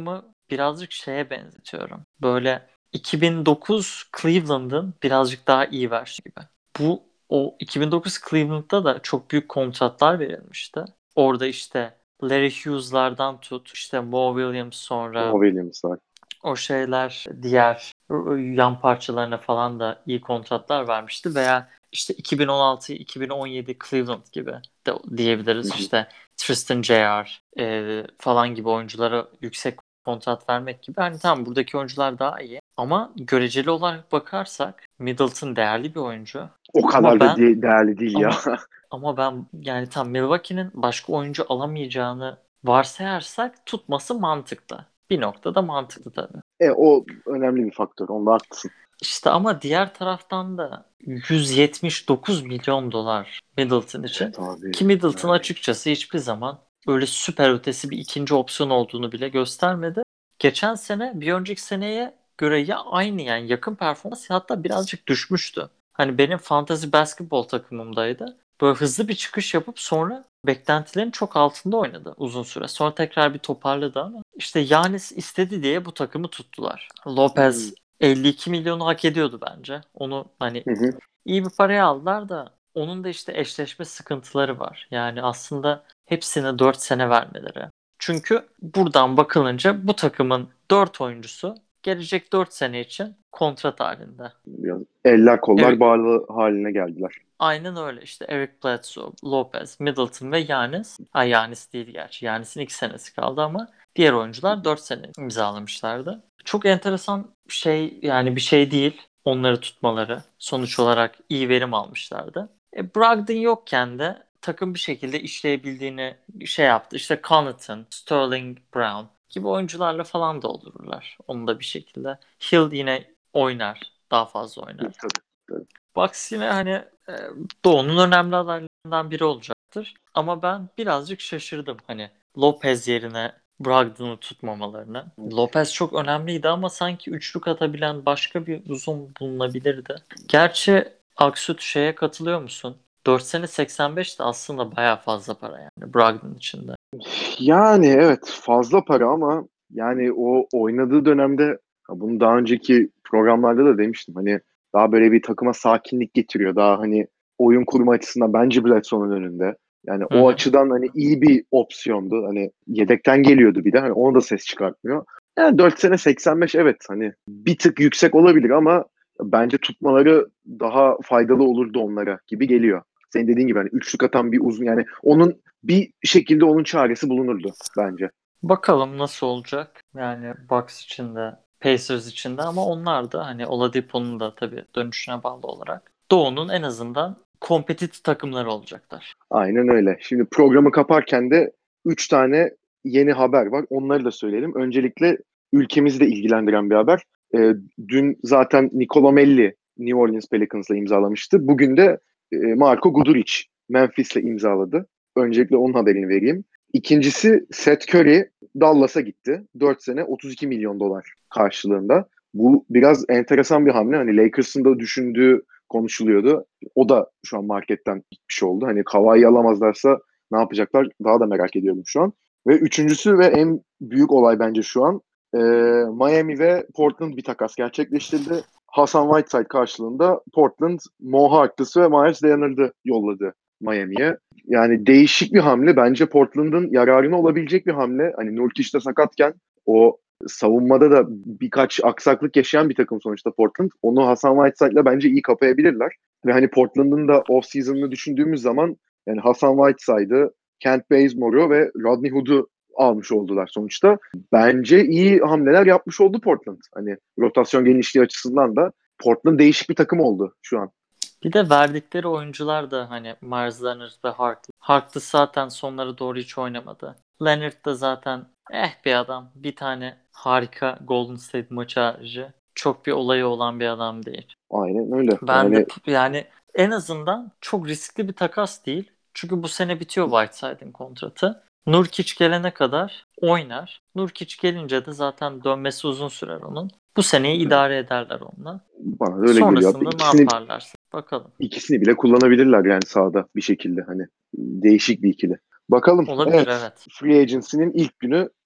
birazcık şeye benzetiyorum. Böyle iki bin dokuz Cleveland'ın birazcık daha iyi versiyonu gibi. Bu o iki bin dokuz Cleveland'da da çok büyük kontratlar verilmişti. Orada işte Larry Hughes'lardan tut, işte Mo Williams, sonra O Williams var. o şeyler, diğer yan parçalarına falan da iyi kontratlar vermişti. Veya işte iki bin on altı iki bin on yedi Cleveland gibi de diyebiliriz. Hı hı. İşte Tristan J R e, falan gibi oyunculara yüksek kontrat vermek gibi. Hani tamam, buradaki oyuncular daha iyi. Ama göreceli olarak bakarsak Middleton değerli bir oyuncu. O Ama kadar da ben de- değerli değil ya. ama ama ben yani tam Milwaukee'nin başka oyuncu alamayacağını varsayarsak tutması mantıklı. Bir noktada mantıklı tabii. E, o önemli bir faktör. Onda haklısın. İşte ama diğer taraftan da yüz yetmiş dokuz milyon dolar Middleton için. Evet abi. Ki Middleton Yani. açıkçası hiçbir zaman öyle süper ötesi bir ikinci opsiyon olduğunu bile göstermedi. Geçen sene bir önceki seneye göre ya aynı, yani yakın performans, hatta birazcık düşmüştü. Hani benim fantasy basketbol takımımdaydı. Böyle hızlı bir çıkış yapıp sonra beklentilerin çok altında oynadı uzun süre. Sonra tekrar bir toparladı ama işte Giannis istedi diye bu takımı tuttular. Hmm. Lopez elli iki milyonu hak ediyordu bence. Onu hani Hı hı. iyi bir paraya aldılar da onun da işte eşleşme sıkıntıları var. Yani aslında hepsine dört sene vermeleri. Çünkü buradan bakılınca bu takımın dört oyuncusu gelecek dört sene için kontrat halinde. Biraz eller kollar Eric, bağlı haline geldiler. aynen öyle işte, Eric Bledsoe, Lopez, Middleton ve Giannis. Ay, Giannis değil gerçi. Giannis'in iki senesi kaldı ama diğer oyuncular dört sene imzalamışlardı. Çok enteresan şey, yani bir şey değil onları tutmaları. Sonuç olarak iyi verim almışlardı. E, Brogdon yokken de takım bir şekilde işleyebildiğini şey yaptı. İşte Connaughton, Sterling Brown gibi oyuncularla falan da olurlar. Onu da bir şekilde. Hill yine oynar. Daha fazla Tabii, oynar. tabii. Bucks yine hani e, Doğu'nun önemli adaylarından biri olacaktır. Ama ben birazcık şaşırdım hani Lopez yerine Brogdon'u tutmamalarına. Lopez çok önemliydi ama sanki üçlük atabilen başka bir uzun bulunabilirdi. Gerçi Aksut şeye katılıyor musun? dört sene seksen beş de aslında bayağı fazla para yani Brogdon için de. Yani evet, fazla para ama yani o oynadığı dönemde, ya bunu daha önceki programlarda da demiştim, hani daha böyle bir takıma sakinlik getiriyor. Daha hani oyun kurma açısından bence Bledsoe'nun önünde. Yani Hı o hı. açıdan hani iyi bir opsiyondu. Hani yedekten geliyordu bir de. Hani ona da ses çıkartmıyor. Yani dört sene seksen beş, evet, hani bir tık yüksek olabilir ama bence tutmaları daha faydalı olurdu onlara gibi geliyor. Senin dediğin gibi hani üçlük atan bir uzun, yani onun bir şekilde onun çaresi bulunurdu bence. Bakalım nasıl olacak. Yani Bucks için de Pacers için de, ama onlar da hani Oladipo'nun da tabii dönüşüne bağlı olarak Doğu'nun en azından kompetitif takımları olacaklar. Aynen öyle. Şimdi programı kaparken de üç tane yeni haber var. Onları da söyleyelim. Öncelikle ülkemizi de ilgilendiren bir haber. Ee, dün zaten Nicola Melli New Orleans Pelicans'la imzalamıştı. Bugün de e, Marko Guduric Memphis'le imzaladı. Öncelikle onun haberini vereyim. İkincisi, Seth Curry Dallas'a gitti. dört sene otuz iki milyon dolar karşılığında. Bu biraz enteresan bir hamle. Hani Lakers'ın da düşündüğü konuşuluyordu. O da şu an marketten gitmiş oldu. Hani Kawhi'yi alamazlarsa ne yapacaklar? Daha da merak ediyorum şu an. Ve üçüncüsü ve en büyük olay bence şu an, e, Miami ve Portland bir takas gerçekleştirdi. Hasan Whiteside karşılığında Portland Mo Harkless'ı ve Myles Leonard'ı yolladı Miami'ye. Yani değişik bir hamle. Bence Portland'ın yararına olabilecek bir hamle. Hani Nurkic de sakatken o savunmada da birkaç aksaklık yaşayan bir takım sonuçta Portland. Onu Hasan Whiteside'la bence iyi kapayabilirler. Ve hani Portland'ın da off-season'ını düşündüğümüz zaman yani Hasan Whiteside'ı, Kent Bazemore'u ve Rodney Hood'u almış oldular sonuçta. Bence iyi hamleler yapmış oldu Portland. Hani rotasyon genişliği açısından da Portland değişik bir takım oldu şu an. Bir de verdikleri oyuncular da hani Myers Leonard ve Harkless. Harkless zaten sonlara doğru hiç oynamadı. Leonard da zaten eh bir adam. Bir tane harika Golden State maçı harici çok bir olayı olan bir adam değil. Aynen öyle. Ben de Yani p- yani en azından çok riskli bir takas değil. Çünkü bu sene bitiyor Whiteside'in kontratı. Nurkic gelene kadar oynar. Nurkic gelince de zaten dönmesi uzun sürer onun. Bu seneyi idare ederler onunla. bana da öyle geliyor. Hatta Sonrasında ne ikisini yaparlarsa bakalım. ikisini bile kullanabilirler yani sahada bir şekilde, hani değişik bir ikili. Bakalım. Olabilir, Evet. evet. Free Agency'nin ilk günü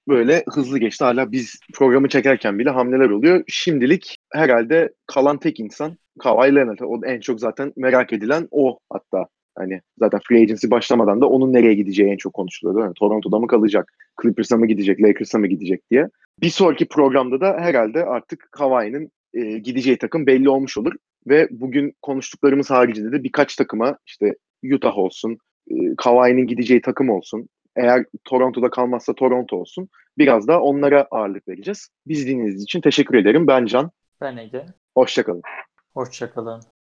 böyle hızlı geçti. Hala biz programı çekerken bile hamleler oluyor. Şimdilik herhalde kalan tek insan Kawhi Leonard. O en çok zaten merak edilen o hatta. Hani zaten free agency başlamadan da onun nereye gideceği en çok konuşuluyor. Yani Toronto'da mı kalacak, Clippers'a mı gidecek, Lakers'a mı gidecek diye. Bir sonraki programda da herhalde artık Kawhi'nin e, gideceği takım belli olmuş olur. Ve bugün konuştuklarımız haricinde de birkaç takıma işte Utah olsun, e, Kawhi'nin gideceği takım olsun. Eğer Toronto'da kalmazsa Toronto olsun. Biraz da onlara ağırlık vereceğiz. Biz dinlediğiniz için teşekkür ederim. Ben Can. Ben Ege. Hoşça kalın. Hoşça kalın.